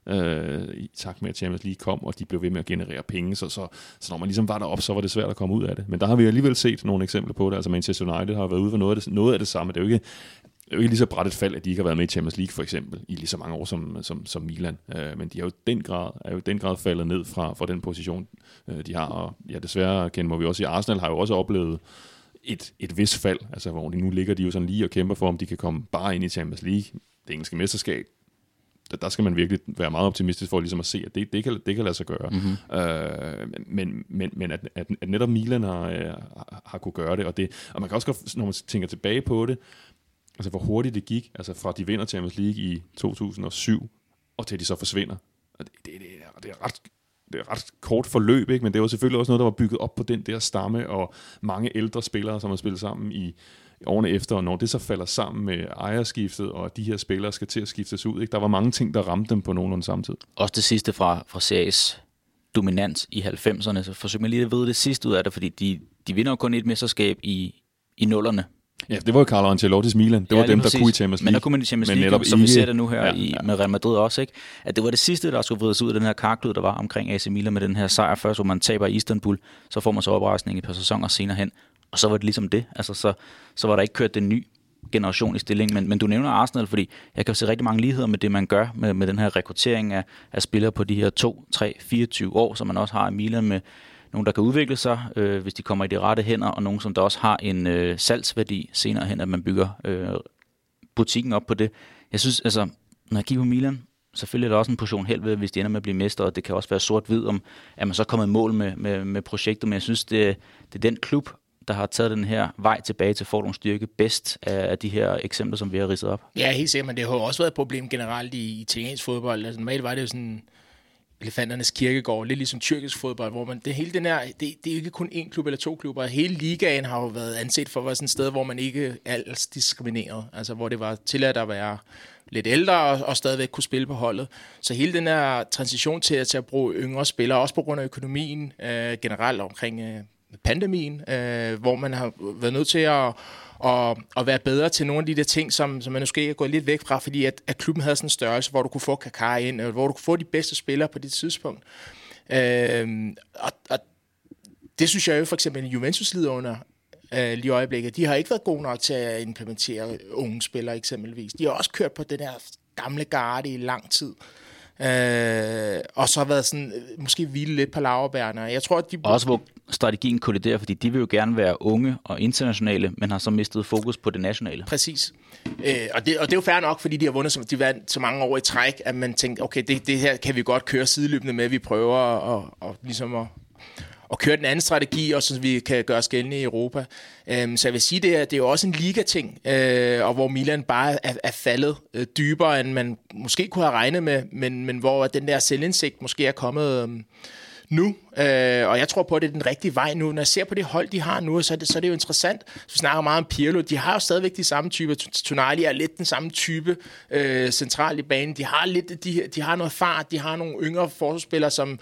i takt med, at Champions League kom, og de blev ved med at generere penge. Så når man ligesom var deroppe, så var det svært at komme ud af det. Men der har vi alligevel set nogle eksempler på det. Altså Manchester United har været ude for noget af det samme. Det er jo ikke lige så bræt et fald, at de ikke har været med i Champions League for eksempel, i lige så mange år som Milan. Men de er jo den grad faldet ned fra den position, de har. Og ja, desværre må vi også sige, Arsenal har jo også oplevet et vist fald, altså hvor nu ligger de jo sådan lige og kæmper for, om de kan komme bare ind i Champions League, det engelske mesterskab. Der skal man virkelig være meget optimistisk for ligesom at se, at det kan lade sig gøre. Mm-hmm. Men at netop Milan har kunne gøre det, og man kan også godt, når man tænker tilbage på det, altså hvor hurtigt det gik, altså fra de vinder Champions League i 2007, og til de så forsvinder. Og det er ret kort forløb, ikke? Men det var selvfølgelig også noget, der var bygget op på den der stamme, og mange ældre spillere, som har spillet sammen i årene efter, og når det så falder sammen med ejerskiftet, og de her spillere skal til at skiftes ud, ikke? Der var mange ting, der ramte dem på nogenlunde samtidig. Også det sidste fra Series dominans i 90'erne, så forsøg mig lige at vide det sidste ud af det, fordi de vinder jo kun et mesterskab i 0'erne. Ja, det var jo Carlo Ancelottis Milan. Det var dem, der kunne i Champions League. Men der kunne man i Champions League, som vi ser det nu her med Real Madrid også, ikke? At det var det sidste, der skulle vrides ud af den her karklud, der var omkring AC Milan med den her sejr først, hvor man taber i Istanbul. Så får man så oprejsning i et par sæsoner senere hen. Og så var det ligesom det. Altså, så var der ikke kørt den nye generation i stillingen. Men du nævner Arsenal, fordi jeg kan se rigtig mange ligheder med det, man gør med den her rekruttering af spillere på de her 2, 3, 24 år, som man også har i Milan nogen, der kan udvikle sig, hvis de kommer i de rette hænder, og nogen, som der også har en salgsværdi senere hen, at man bygger butikken op på det. Jeg synes, altså, når jeg kigger på Milan, selvfølgelig er der også en portion held ved, hvis de ender med at blive mester, og det kan også være sort-hvid, om at man så kommer i mål med projektet, men jeg synes, det er den klub, der har taget den her vej tilbage til Fordoms styrke bedst af de her eksempler, som vi har ridset op. Ja, helt sikkert, men det har jo også været et problem generelt i italiensk fodbold. Altså, normalt var det jo sådan elefanternes kirkegård, lidt ligesom tyrkisk fodbold, hvor man, det hele den her, det er ikke kun én klub eller to klubber. Hele ligaen har jo været anset for at være sådan et sted, hvor man ikke er diskrimineret. Altså, hvor det var tilladt at være lidt ældre og stadigvæk kunne spille på holdet. Så hele den her transition til at bruge yngre spillere, også på grund af økonomien generelt omkring pandemien, hvor man har været nødt til at være bedre til nogle af de der ting, som man måske er gået lidt væk fra, fordi at klubben havde sådan en størrelse, hvor du kunne få Kaká ind, hvor du kunne få de bedste spillere på det tidspunkt. Og det synes jeg jo for eksempel, Juventus lider under lige i øjeblikket. De har ikke været gode nok til at implementere unge spillere eksempelvis. De har også kørt på den der gamle garde i lang tid. Og så har været sådan, måske hvile lidt på laurbærrene. Jeg tror, at de... Også hvor strategien kolliderer, fordi de vil jo gerne være unge og internationale, men har så mistet fokus på det nationale. Præcis. Og det er jo fair nok, fordi de har vundet de vandt så mange år i træk, at man tænkte, okay, det her kan vi godt køre sideløbende med, vi prøver at køre den anden strategi, og så vi kan gøre os gældende i Europa. Så jeg vil sige, det er jo også en ligating, og hvor Milan bare er faldet dybere, end man måske kunne have regnet med, men hvor den der selvindsigt måske er kommet nu. Og jeg tror på, at det er den rigtige vej nu. Når jeg ser på det hold, de har nu, så er det jo interessant. Så vi snakker meget om Pirlo. De har jo stadigvæk de samme typer. Tonali er lidt den samme type centralt i banen. De har noget fart. De har nogle yngre forsvarsspillere, som...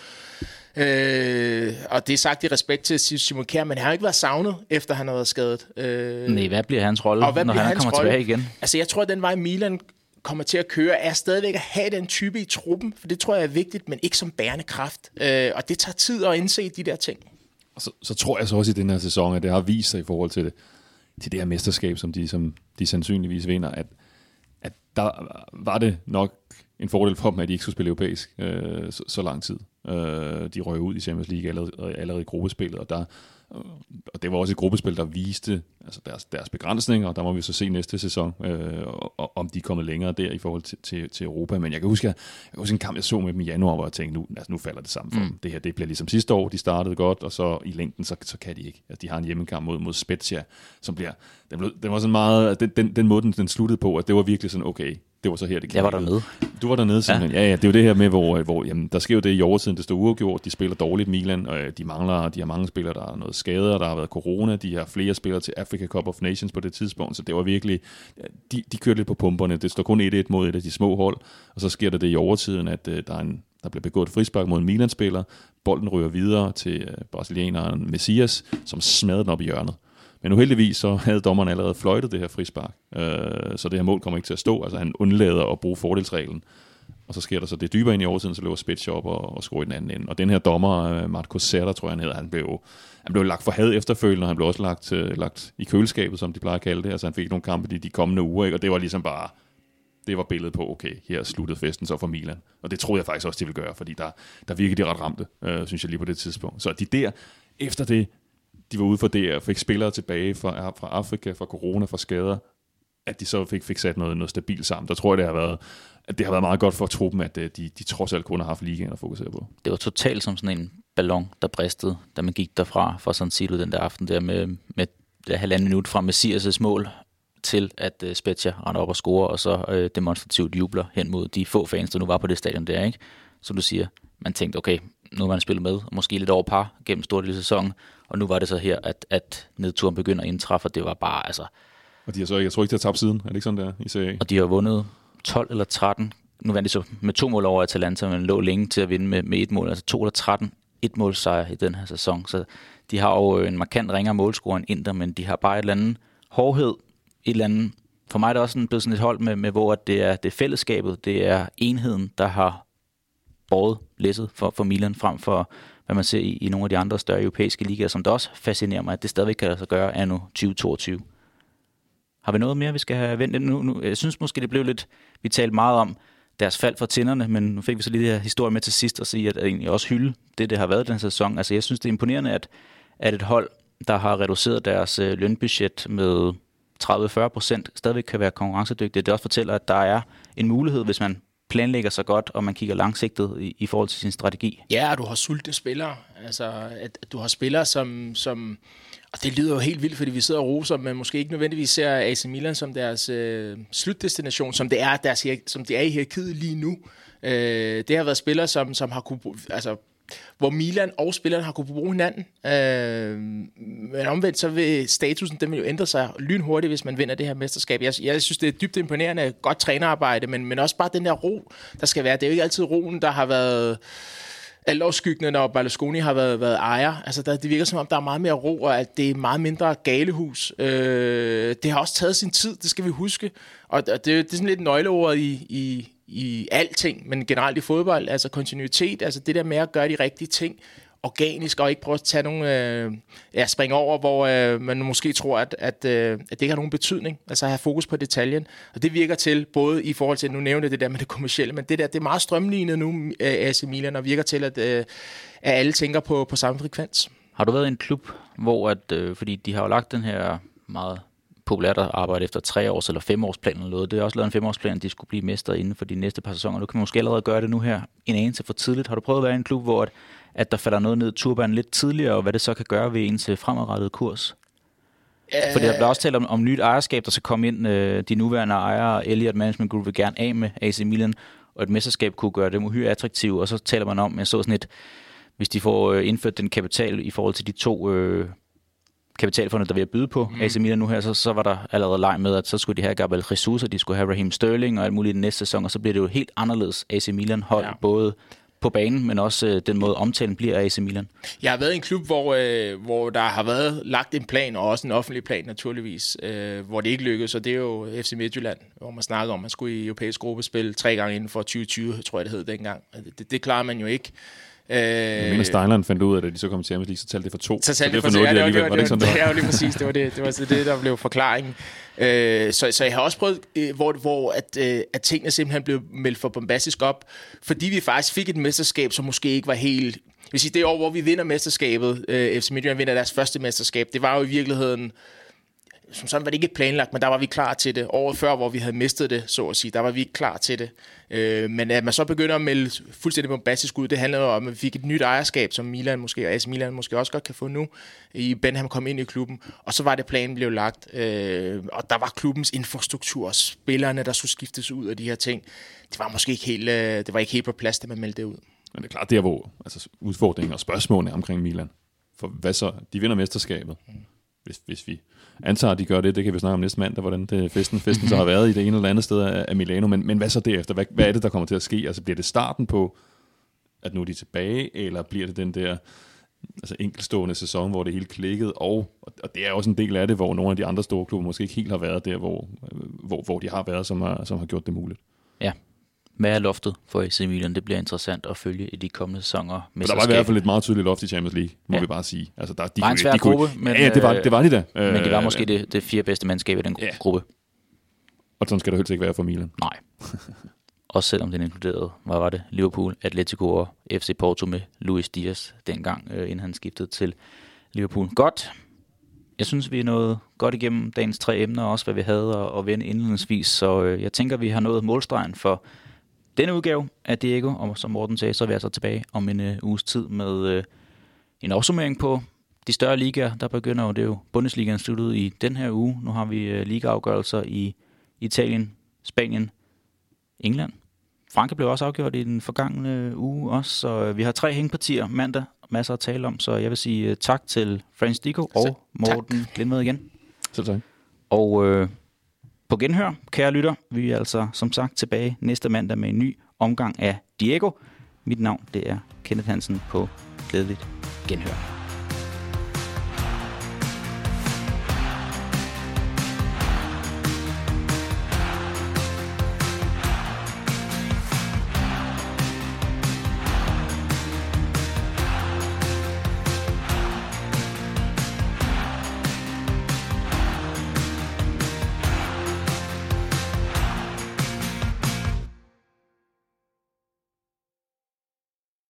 og det er sagt i respekt til Simon Kjær, men han har ikke været savnet, efter han har været skadet. Nej, hvad bliver hans rolle, når han kommer tilbage igen? Altså, jeg tror, at den vej Milan kommer til at køre, er stadigvæk at have den type i truppen, for det tror jeg er vigtigt, men ikke som bærende kraft. Og det tager tid at indse de der ting. Og så tror jeg så også i den her sæson, at det har vist sig i forhold til det her mesterskab, som de sandsynligvis vinder, at der var det nok en fordel for dem, at de ikke skulle spille europæisk så lang tid. De røg ud i Champions League allerede i gruppespillet, og det var også et gruppespil, der viste altså deres begrænsninger, og der må vi så se næste sæson, om de er kommet længere der i forhold til Europa. Men jeg kan huske en kamp, jeg så med dem i januar, hvor jeg tænkte, nu falder det sammen for dem. Det her, det bliver ligesom sidste år, de startede godt, og så i længden, så kan de ikke. Altså, de har en hjemmekamp mod Spezia, som bliver... Den var sådan meget... Den måde, den sluttede på, at det var virkelig sådan, okay, det var så her, det gik. Jeg var dernede. Du var dernede simpelthen. Ja, det er jo det her med, hvor jamen, der sker jo det i overtiden, det står uafgjort, de spiller dårligt Milan, og de har mange spillere, der har noget skader, der har været corona, de har flere spillere til Africa Cup of Nations på det tidspunkt, så det var virkelig, de kørte lidt på pumperne, det står kun 1-1 mod et af de små hold, og så sker der det i overtiden, at der bliver begået et frispark mod en Milan-spiller, bolden ryger videre til brasilianeren Messias, som smadrede den op i hjørnet. Men uheldigvis så havde dommeren allerede fløjtet det her frispark, så det her mål kommer ikke til at stå, altså han undlader at bruge fordelsreglen. Og så sker der så det dybere ind i overtiden, så løber Spezia op og scorer i den anden ende. Og den her dommer, Marco Serra, tror jeg han hedder, han blev lagt for had efterfølgende, og han blev også lagt i køleskabet, som de plejer at kalde det. Altså han fik nogle kampe de kommende uger, ikke? Og det var ligesom bare, det var billedet på, okay, her sluttede festen så for Milan. Og det troede jeg faktisk også, de ville gøre, fordi der virkede de ret ramte, synes jeg lige på det tidspunkt. Så de der, efter det, de var ude for det, og fik spillere tilbage fra Afrika, fra corona, fra skader, at de så fik sat noget stabilt sammen. Der tror jeg, det har været meget godt for truppen, at de trods alt kun har haft ligaen at fokusere på. Det var totalt som sådan en ballon, der bristede, da man gik derfra fra San Siro den der aften der med det 1,5 minut fra Messias' mål til, at Spezia render op og scorer, og så demonstrativt jubler hen mod de få fans, der nu var på det stadion der, ikke? Som du siger, man tænkte, okay, nu har man spillet med, og måske lidt over par gennem stort lille sæson, og nu var det så her, at nedturen begynder at indtræffe, og det var bare, altså... Og de har så, jeg tror ikke, de har tabt siden, er det ikke sådan der i Serie A? Og de har vundet 12 eller 13, nu vandt de så med 2 mål over Atalanta, men lå længe til at vinde med 1 mål, altså 2 eller 13 1-målsejr i den her sæson, så de har jo en markant ringere målscore end Inter, men de har bare et eller andet hårdhed, et eller andet, for mig er det også blevet sådan et hold med hvor det er fællesskabet, det er enheden, der har båret læsset for Milan frem for, hvad man ser i nogle af de andre større europæiske ligaer, som der også fascinerer mig, at det stadigvæk kan lade sig gøre anno 2022. Har vi noget mere, vi skal have vendt nu? Jeg synes måske, det blev lidt, vi talte meget om, deres fald fra tænderne, men nu fik vi så lige det her historie med til sidst og sige, at egentlig også hylde det har været den sæson. Altså jeg synes, det er imponerende, at et hold, der har reduceret deres lønbudget med 30-40%, stadigvæk kan være konkurrencedygtigt. Det også fortæller, at der er en mulighed, hvis man planlægger sig godt, og man kigger langsigtet i forhold til sin strategi. Ja, og du har sultne spillere. Altså, at du har spillere, som og det lyder jo helt vildt, fordi vi sidder og roser, men måske ikke nødvendigvis ser AC Milan som deres slutdestination, som det er i hierarkiet lige nu. Det har været spillere, som har kunne, altså, hvor Milan og spillerne har kunne bruge hinanden. Men omvendt, så vil statusen, den vil jo ændre sig lynhurtigt, hvis man vinder det her mesterskab. Jeg synes, det er dybt imponerende, godt trænerarbejde, men også bare den der ro, der skal være. Det er jo ikke altid roen, der har været altoverskyggende, når Berlusconi har været ejer. Altså, det virker som om, der er meget mere ro, og at det er meget mindre galehus. Det har også taget sin tid, det skal vi huske. Og det er sådan lidt nøgleordet i alting, men generelt i fodbold, altså kontinuitet, altså det der med at gøre de rigtige ting organisk, og ikke prøve at tage nogle springe over, hvor man måske tror, at det ikke har nogen betydning, altså at have fokus på detaljen, og det virker til, både i forhold til, nu nævnte det der med det kommercielle, men det er meget strømlignet nu, AC Milan, og virker til, at alle tænker på samme frekvens. Har du været i en klub, hvor fordi de har jo lagt den her meget populært at arbejde efter 3-års eller 5-årsplan eller noget. Det er også lavet en 5-årsplan, at de skulle blive mestre inden for de næste par sæsoner. Nu kan man måske allerede gøre det nu her en anelse for tidligt. Har du prøvet at være i en klub, hvor at der falder noget ned i turbanen lidt tidligere, og hvad det så kan gøre ved ens fremadrettede kurs? Fordi der bliver også talt om nyt ejerskab, der skal komme ind. De nuværende ejere, Elliott Management Group, vil gerne af med AC Milan, og et mesterskab kunne gøre dem uhyre attraktive. Og så taler man om, jeg så sådan et, hvis de får indført den kapital i forhold til de to kapitalfonde, der vil byde på AC Milan nu her, så var der allerede leg med, at så skulle de have Gabriel Jesus, og de skulle have Raheem Sterling og alt muligt i den næste sæson, og så bliver det jo helt anderledes AC Milan hold, både på banen, men også den måde omtalen bliver af AC Milan. Jeg har været i en klub, hvor der har været lagt en plan, og også en offentlig plan naturligvis, hvor det ikke lykkedes, og det er jo FC Midtjylland, hvor man snakker om, at man skulle i europæisk gruppespil 3 gange inden for 2020, tror jeg det hed dengang. Det klarer man jo ikke. Jeg mener, Steinland fandt ud af, at de så kom til Champions League, så talte det for 2. Så det for noget, det alligevel. Var det ikke sådan, det var? Ja, lige præcis. Det var det, der blev forklaringen. Så jeg har også prøvet, hvor at tingene simpelthen blev meldt for bombastisk op, fordi vi faktisk fik et mesterskab, som måske ikke var helt... Jeg vil sige, det år, hvor vi vinder mesterskabet, FC Midtjylland vinder deres første mesterskab, det var jo i virkeligheden... Som sådan var det ikke planlagt, men der var vi klar til det. Året før, hvor vi havde mistet det, så at sige, der var vi ikke klar til det. Men at man så begynder at melde fuldstændig bombastisk ud, det handler jo om, at vi fik et nyt ejerskab, som Milan måske, og AC Milan måske også godt kan få nu. I Benham kom ind i klubben, og så var det planen blev lagt. Og der var klubbens infrastruktur, og spillerne, der skulle skiftes ud af de her ting. Det var måske ikke helt, det var ikke helt på plads, da man meldte det ud. Men det er klart, der hvor altså, udfordringen og spørgsmålene omkring Milan. For hvad så? De vinder mesterskabet. Hvis vi antager, at de gør det kan vi snakke om næste mandag, hvordan det festen så har været i det ene eller andet sted af Milano. Men hvad så derefter? Hvad er det, der kommer til at ske? Altså bliver det starten på, at nu er de tilbage, eller bliver det den der enkeltstående sæson, hvor det hele klikkede? Og det er også en del af det, hvor nogle af de andre store klubber måske ikke helt har været der, hvor de har været, som har gjort det muligt. Ja. Hvad er loftet for AC Milan? Det bliver interessant at følge i de kommende sæsoner. Der var i hvert fald et meget tydeligt loft i Champions League, må vi bare sige. Altså, det var en svær gruppe. Men, det var de da. Men det var måske det 4 bedste mandskab i den gruppe. Og sådan skal det helst ikke være for Milan. Nej. Også selvom den inkluderede, hvad var det? Liverpool, Atletico og FC Porto med Luis Diaz dengang, inden han skiftede til Liverpool. Godt. Jeg synes, vi er nået godt igennem dagens 3 emner, også hvad vi havde at vende indledningsvis. Så jeg tænker, vi har nået målstregen for denne udgave af Diego, og som Morten sagde, så er vi altså tilbage om en uges tid med en opsummering på de større ligaer. Der begynder jo, det er jo Bundesligaen sluttet i den her uge. Nu har vi ligaafgørelser i Italien, Spanien, England. Frankrig blev også afgjort i den forgangne uge også, så vi har 3 hængepartier mandag, masser at tale om. Så jeg vil sige tak til Frans Dico og Morten Lindmed igen. Selv tak. Og på genhør, kære lytter, vi er altså som sagt tilbage næste mandag med en ny omgang af Diego. Mit navn, det er Kenneth Hansen på glædeligt genhør.